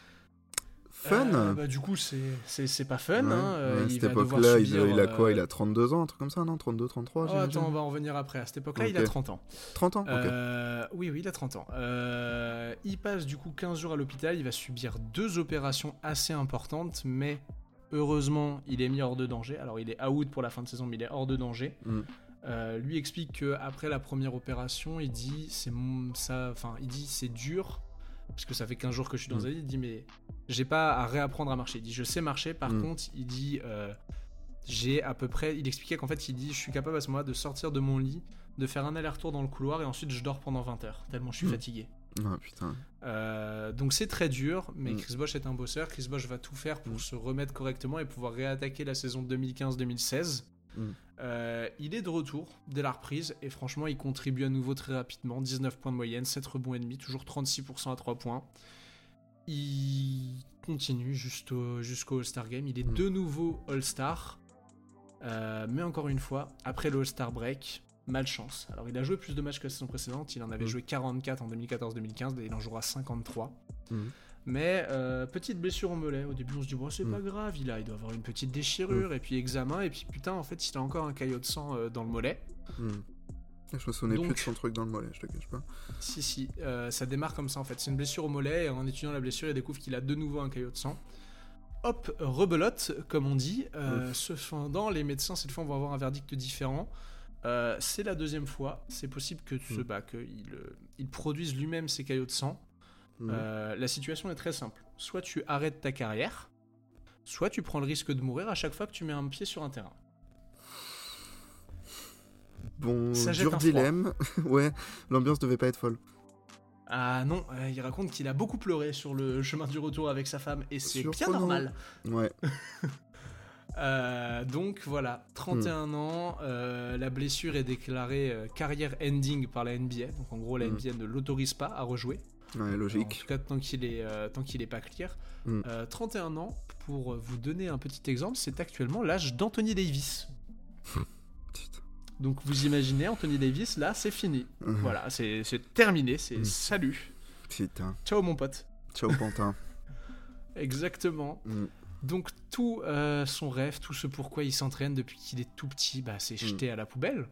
Fun euh, bah, du coup, c'est, c'est, c'est pas fun. Ouais, hein. ouais, à il cette va époque-là, subir, il a quoi euh... Il a trente-deux ans, un truc comme ça, non trente-deux, trente-trois, oh, attends, on va en revenir après. À cette époque-là, okay. il a trente ans. trente ans, ok. Euh, oui, oui, il a trente ans. Euh, il passe du coup quinze jours à l'hôpital. Il va subir deux opérations assez importantes, mais heureusement, il est mis hors de danger. Alors, il est out pour la fin de saison, mais il est hors de danger. Mm. Euh, lui explique qu'après la première opération, il dit c'est, ça, enfin, il dit, c'est dur. Parce que ça fait quinze jours que je suis dans mmh. un lit, il dit mais j'ai pas à réapprendre à marcher. Il dit je sais marcher, par mmh. contre il dit euh, j'ai à peu près, il expliquait qu'en fait il dit je suis capable à ce moment-là de sortir de mon lit, de faire un aller-retour dans le couloir et ensuite je dors pendant vingt heures, tellement je suis mmh. fatigué. Ah putain. Euh, donc c'est très dur, mais mmh. Chris Bosh est un bosseur, Chris Bosh va tout faire pour mmh. se remettre correctement et pouvoir réattaquer la saison deux mille quinze deux mille seize. Mmh. Euh, il est de retour dès la reprise et franchement il contribue à nouveau très rapidement, dix-neuf points de moyenne, sept rebonds et demi, toujours trente-six pour cent à trois points. Il continue jusqu'au, jusqu'au All-Star Game, il est mmh. de nouveau All-Star, euh, mais encore une fois, après le All-Star Break, malchance. Alors il a joué plus de matchs que la saison précédente, il en avait mmh. joué quarante-quatre en deux mille quatorze deux mille quinze, et il en jouera cinquante-trois. Mmh. Mais euh, petite blessure au mollet, au début on se dit bon c'est mmh. pas grave, il, a, il doit avoir une petite déchirure, mmh. et puis examen, et puis putain en fait il a encore un caillot de sang euh, dans le mollet. Mmh. Je me souvenais Donc, plus de son truc dans le mollet, je te cache pas. Si si, euh, ça démarre comme ça en fait, c'est une blessure au mollet, et en étudiant la blessure il découvre qu'il a de nouveau un caillot de sang. Hop, rebelote comme on dit, euh, mmh. cependant les médecins cette fois vont avoir un verdict différent. Euh, c'est la deuxième fois, c'est possible que tu, mmh. bah, qu'il euh, il produise lui-même ses caillots de sang. Euh, la situation est très simple. Soit tu arrêtes ta carrière, soit tu prends le risque de mourir à chaque fois que tu mets un pied sur un terrain. Bon, Ça jette dur un dilemme. Ouais, l'ambiance devait pas être folle. Ah non, euh, il raconte qu'il a beaucoup pleuré sur le chemin du retour avec sa femme, et c'est bien Surprenant. normal. Ouais. Euh, donc voilà, trente et un Hmm. ans, euh, la blessure est déclarée euh, carrière ending par la N B A, donc en gros la Hmm. N B A ne l'autorise pas à rejouer. Ouais, En logique. tout cas, tant qu'il est, euh, tant qu'il est pas clear. Mm. Euh, trente et un ans, pour vous donner un petit exemple, c'est actuellement l'âge d'Anthony Davis. Putain. Donc vous imaginez, Anthony Davis, là, c'est fini. Mhm. Voilà, c'est, c'est terminé, c'est Mm. salut. Putain. Ciao mon pote. Ciao, Pantin. Exactement. Mm. Donc tout euh, son rêve, tout ce pourquoi il s'entraîne depuis qu'il est tout petit, bah, c'est jeté à la poubelle.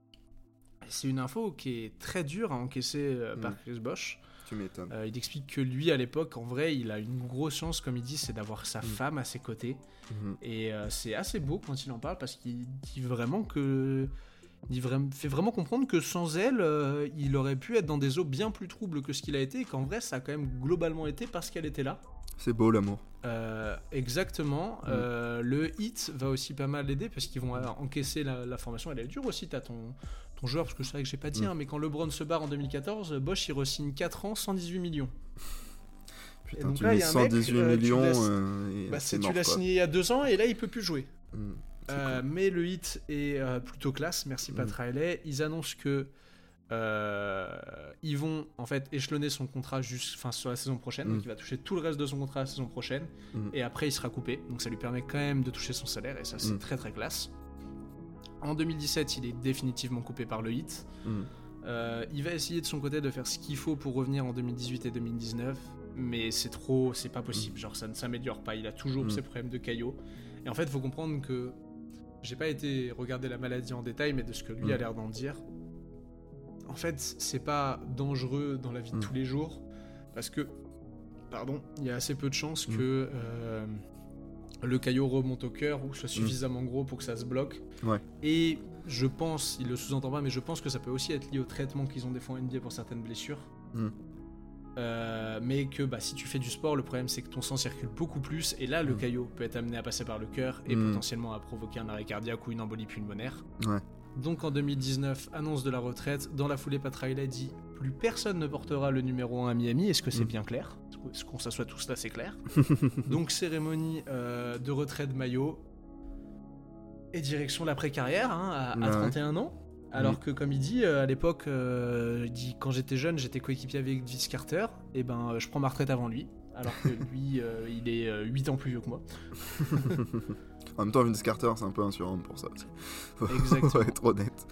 Et c'est une info qui est très dure à encaisser euh, par Mm. Chris Bosh. Tu m'étonnes. Euh, il explique que lui, à l'époque, en vrai, il a une grosse chance, comme il dit, c'est d'avoir sa Mm. femme à ses côtés. Mhm. Et euh, c'est assez beau quand il en parle, parce qu'il dit vraiment que... Il vra- fait vraiment comprendre que sans elle, euh, il aurait pu être dans des eaux bien plus troubles que ce qu'il a été, et qu'en vrai, ça a quand même globalement été parce qu'elle était là. C'est beau l'amour. Euh, exactement. Mm. Euh, le hit va aussi pas mal l'aider parce qu'ils vont euh, encaisser la, la formation. Elle est dure aussi, t'as ton, ton joueur, parce que c'est vrai que j'ai pas dit, Mm. hein, mais quand LeBron se barre en deux mille quatorze, Bosch il re-signe quatre ans, cent dix-huit millions. Putain, donc tu là, mets y a un mec, cent dix-huit euh, tu millions laisses- euh, et Bah, c'est c'est, tu mort, l'as quoi. signé il y a deux ans et là il peut plus jouer. Mm. C'est Euh, mais le hit est euh, plutôt classe, merci Pat Mm. Riley. Ils annoncent que euh, ils vont en fait échelonner son contrat juste, enfin, sur la saison prochaine, Mm. donc il va toucher tout le reste de son contrat la saison prochaine, Mm. et après il sera coupé, donc ça lui permet quand même de toucher son salaire, et ça c'est Mm. très très classe. En deux mille dix-sept, il est définitivement coupé par le hit. Mm. Euh, il va essayer de son côté de faire ce qu'il faut pour revenir en deux mille dix-huit et deux mille dix-neuf, mais c'est trop, c'est pas possible. Genre, ça ne s'améliore pas. Il a toujours Mm. ses problèmes de caillot. Et en fait, il faut comprendre que j'ai pas été regarder la maladie en détail, mais de ce que lui Mm. a l'air d'en dire, en fait, c'est pas dangereux dans la vie de Mm. tous les jours, parce que, pardon, il y a assez peu de chances Mm. que euh, le caillot remonte au cœur ou soit suffisamment gros pour que ça se bloque. Ouais. Et je pense, il le sous-entend pas, mais je pense que ça peut aussi être lié au traitement qu'ils ont des fois en N B A pour certaines blessures. Mm. Euh, mais que bah, si tu fais du sport, le problème c'est que ton sang circule beaucoup plus, et là le Mm. caillot peut être amené à passer par le cœur et Mm. potentiellement à provoquer un arrêt cardiaque ou une embolie pulmonaire. Ouais. Donc en deux mille dix-neuf, annonce de la retraite. Dans la foulée, Pat Riley dit plus personne ne portera le numéro un à Miami. Est-ce que c'est Mm. bien clair? Est-ce qu'on s'assoit tous là, c'est clair? Donc cérémonie euh, de retrait de maillot et direction l'après-carrière hein, à, à Ouais. trente et un ans. Alors Oui. que comme il dit, euh, à l'époque, euh, il dit quand j'étais jeune, j'étais coéquipier avec Vince Carter, et ben euh, je prends ma retraite avant lui. Alors que lui, euh, il est euh, huit ans plus vieux que moi. En même temps, Vince Carter, c'est un peu un surhomme pour ça. aussi. Faut, Exactement. faut être honnête.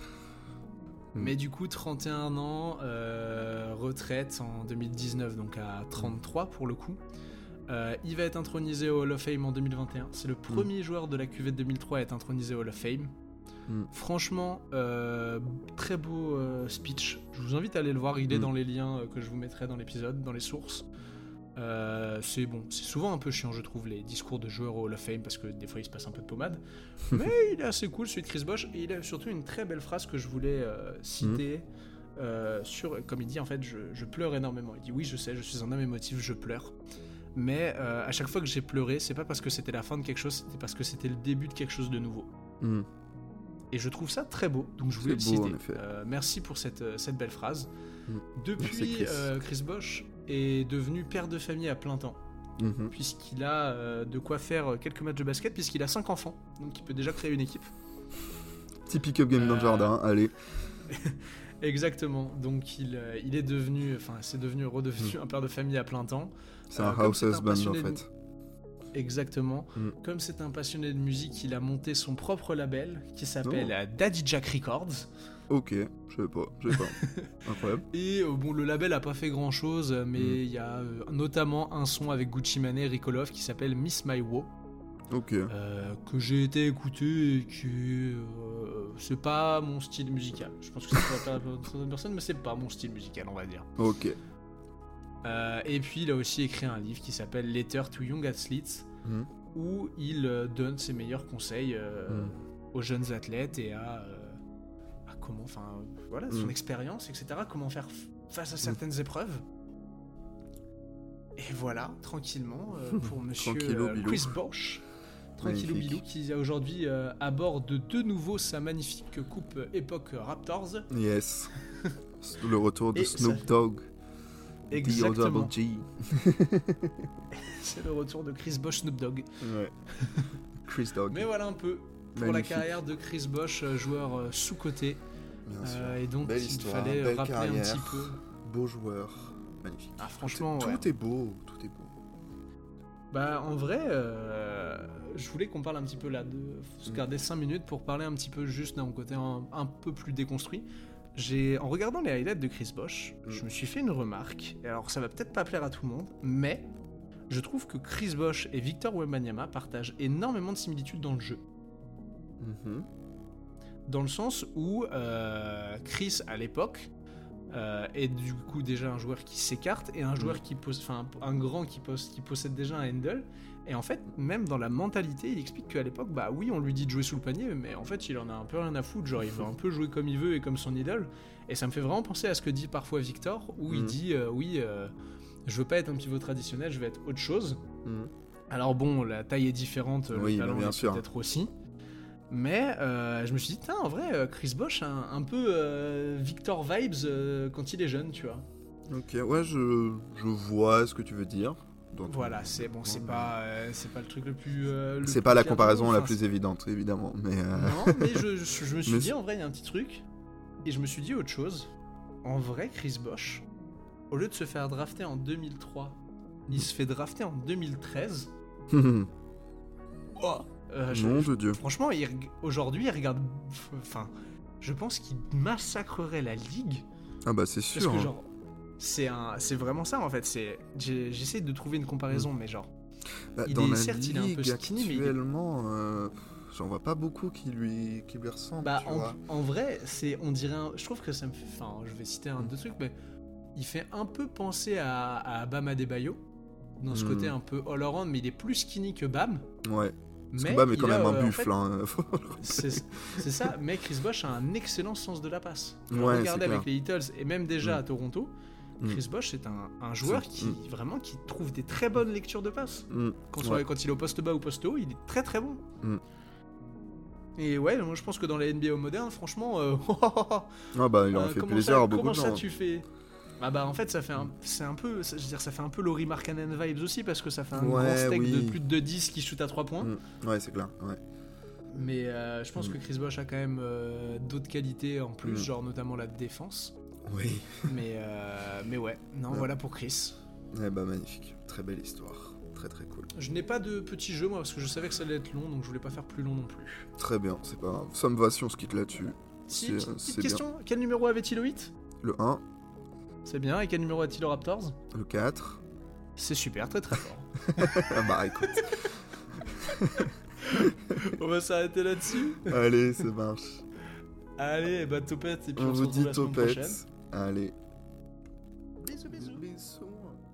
Mais du coup, trente et un ans, euh, retraite en deux mille dix-neuf, donc à trente-trois pour le coup. Euh, il va être intronisé au Hall of Fame en deux mille vingt et un. C'est le premier joueur de la cuvée de deux mille trois à être intronisé au Hall of Fame. Mm. Franchement, euh, très beau euh, speech. Je vous invite à aller le voir. Il est Mm. dans les liens euh, que je vous mettrai dans l'épisode, dans les sources. Euh, c'est bon, c'est souvent un peu chiant, je trouve, les discours de joueurs au Hall of Fame parce que des fois il se passe un peu de pommade. Mais il est assez cool, celui de Chris Bosh, et il a surtout une très belle phrase que je voulais euh, citer. Euh, sur, comme il dit, en fait, je, je pleure énormément. Il dit oui, je sais, je suis un homme émotif, je pleure. Mais euh, à chaque fois que j'ai pleuré, c'est pas parce que c'était la fin de quelque chose, c'était parce que c'était le début de quelque chose de nouveau. Mm. Et je trouve ça très beau, donc je voulais le C'est beau, citer. en effet. Euh, merci pour cette, euh, cette belle phrase. Mm. Merci, Depuis, Chris. euh, Chris Bosh est devenu père de famille à plein temps, Mhm. puisqu'il a euh, de quoi faire quelques matchs de basket, puisqu'il a cinq enfants, donc il peut déjà créer une équipe. Petit pick-up game dans le Euh, jardin, allez. Exactement, donc il, euh, il est devenu, enfin c'est devenu, redevenu un père de famille à plein temps. C'est euh, un comme house c'est un husband en passionné de- fait. Exactement. Mm. Comme c'est un passionné de musique, il a monté son propre label qui s'appelle euh, Daddy Jack Records. Ok, je sais pas, je sais pas. Incroyable. Et euh, bon, le label a pas fait grand chose, mais Mm. il y a euh, notamment un son avec Gucci Mane et Rico Love qui s'appelle Miss My Wo, Ok. euh, que j'ai été écouter et que euh, c'est pas mon style musical. Je pense que ça peut pas pour certaines personnes, mais c'est pas mon style musical, on va dire. Ok. Euh, et puis il a aussi écrit un livre qui s'appelle Letter to Young Athletes, Mhm. où il euh, donne ses meilleurs conseils euh, Mm. aux jeunes athlètes et à, euh, à comment, enfin voilà, son Mm. expérience, et cetera. Comment faire f- face à certaines épreuves. Et voilà, tranquillement, euh, pour monsieur Tranquillo, euh, bilou. Chris Bosh. Tranquillou Magnifique. Bilou, qui aujourd'hui euh, aborde de nouveau sa magnifique coupe euh, époque Raptors. Yes. Le retour de Et Snoop ça- Dogg. Exactement. D O G. C'est le retour de Chris Bosh Snoop Dogg. Ouais. Chris Dogg. Mais voilà un peu pour Magnifique. la carrière de Chris Bosh, euh, joueur euh, sous-coté. Bien sûr. Euh, et donc Belle il histoire, fallait belle rappeler carrière, un petit peu. beau joueur. Magnifique. Ah, franchement, tout, est, ouais. tout est beau, tout est beau. Bah en vrai, euh, je voulais qu'on parle un petit peu là, de se Mm. garder cinq minutes pour parler un petit peu juste d'un côté un, un peu plus déconstruit. J'ai, en regardant les highlights de Chris Bosh, Mm. je me suis fait une remarque, et alors ça va peut-être pas plaire à tout le monde, mais je trouve que Chris Bosh et Victor Wembanyama partagent énormément de similitudes dans le jeu. Mhm. Dans le sens où euh, Chris, à l'époque, euh, est du coup déjà un joueur qui s'écarte et un joueur qui pose, enfin un grand qui, pose, qui possède déjà un handle. Et en fait, même dans la mentalité, il explique qu'à l'époque, bah oui, on lui dit de jouer sous le panier, mais en fait, il en a un peu rien à foutre. Genre, il veut un peu jouer comme il veut et comme son idole. Et ça me fait vraiment penser à ce que dit parfois Victor, où il Mhm. dit euh, oui, euh, je veux pas être un pivot traditionnel, je veux être autre chose. Mhm. Alors bon, la taille est différente, Oui, le talent bah, bien l'est sûr. peut-être aussi. Mais euh, je me suis dit, tain, en vrai, euh, Chris Bosh a un, un peu euh, Victor vibes euh, quand il est jeune, tu vois. Ok, ouais, je, je vois ce que tu veux dire. dans ton- Voilà, c'est bon, c'est Ouais. pas, euh, c'est pas le truc le plus. euh, le C'est plus pas la clair du comparaison monde, la enfin, plus évidente, évidemment, mais... euh, Non, mais je, je- je me suis Mais dit, c'est- en vrai, il y a un petit truc. Et je me suis dit autre chose. En vrai, Chris Bosh, au lieu de se faire drafter en deux mille trois, il se fait drafter en deux mille treize. Oh, euh, je- Nom je- de Dieu. Franchement, il reg- aujourd'hui, il regarde. Enfin, je pense qu'il massacrerait la ligue. Ah bah c'est Parce sûr. que, hein. genre, c'est un, c'est vraiment ça en fait. C'est, j'ai- j'essaie de trouver une comparaison, mais genre, Bah, il dans est- la certes, il est un ligue peu skinny, mais il est- actuellement, euh, j'en vois pas beaucoup qui lui, qui lui ressemblent, bah, tu vois. en, en vrai, c'est, on dirait, un- je trouve que ça me fait, enfin, je vais citer un deux trucs, mais il fait un peu penser à, à Bam Adebayo dans ce Hmm. côté un peu all around, mais il est plus skinny que Bam. Ouais. Parce Mais que Bam est il quand a, même un euh, en buffle, fait, hein. C'est c'est ça, mais Chris Bosh a un excellent sens de la passe. Ouais, Regardez c'est avec clair. les Heatles et même déjà Mm. à Toronto, Mm. Chris Bosh c'est un, un joueur C'est- qui mm. vraiment qui trouve des très bonnes lectures de passe. Mm. Quand, Ouais. quand il est au poste bas ou poste haut, il est très très bon. Mm. Et ouais, moi je pense que dans la N B A moderne, franchement, euh, Ah bah il en euh, fait comment plaisir ça, à beaucoup comment de ça gens. tu fais Ah bah en fait ça fait un, c'est un peu, ça- je veux dire ça fait un peu Laurie Markkanen vibes aussi parce que ça fait un Ouais, grand steak oui. de plus de dix qui shoot à trois points. Mm. Ouais, c'est clair. Ouais. Mais euh, je pense Mm. que Chris Bosh a quand même euh, d'autres qualités en plus, Mm. genre notamment la défense. Oui. Mais, euh, mais ouais, non, Ouais. voilà pour Chris. Eh bah magnifique. Très belle histoire. Très très cool. Je n'ai pas de petit jeu moi parce que je savais que ça allait être long donc je voulais pas faire plus long non plus. Très bien, c'est pas grave. Ça me va si on se quitte là-dessus. Si, C'est- petite, c'est petite bien. question, quel numéro avait-il au huit? Le un, C'est bien, et quel numéro a-t-il au Raptors? le quatre. C'est super, très très fort. Ah bah écoute. On va s'arrêter là-dessus. Allez, ça marche. Allez, bah topette et puis on, On se vous retrouve dit la semaine prochaine. topette. Allez. Bisous bisous. Bisous.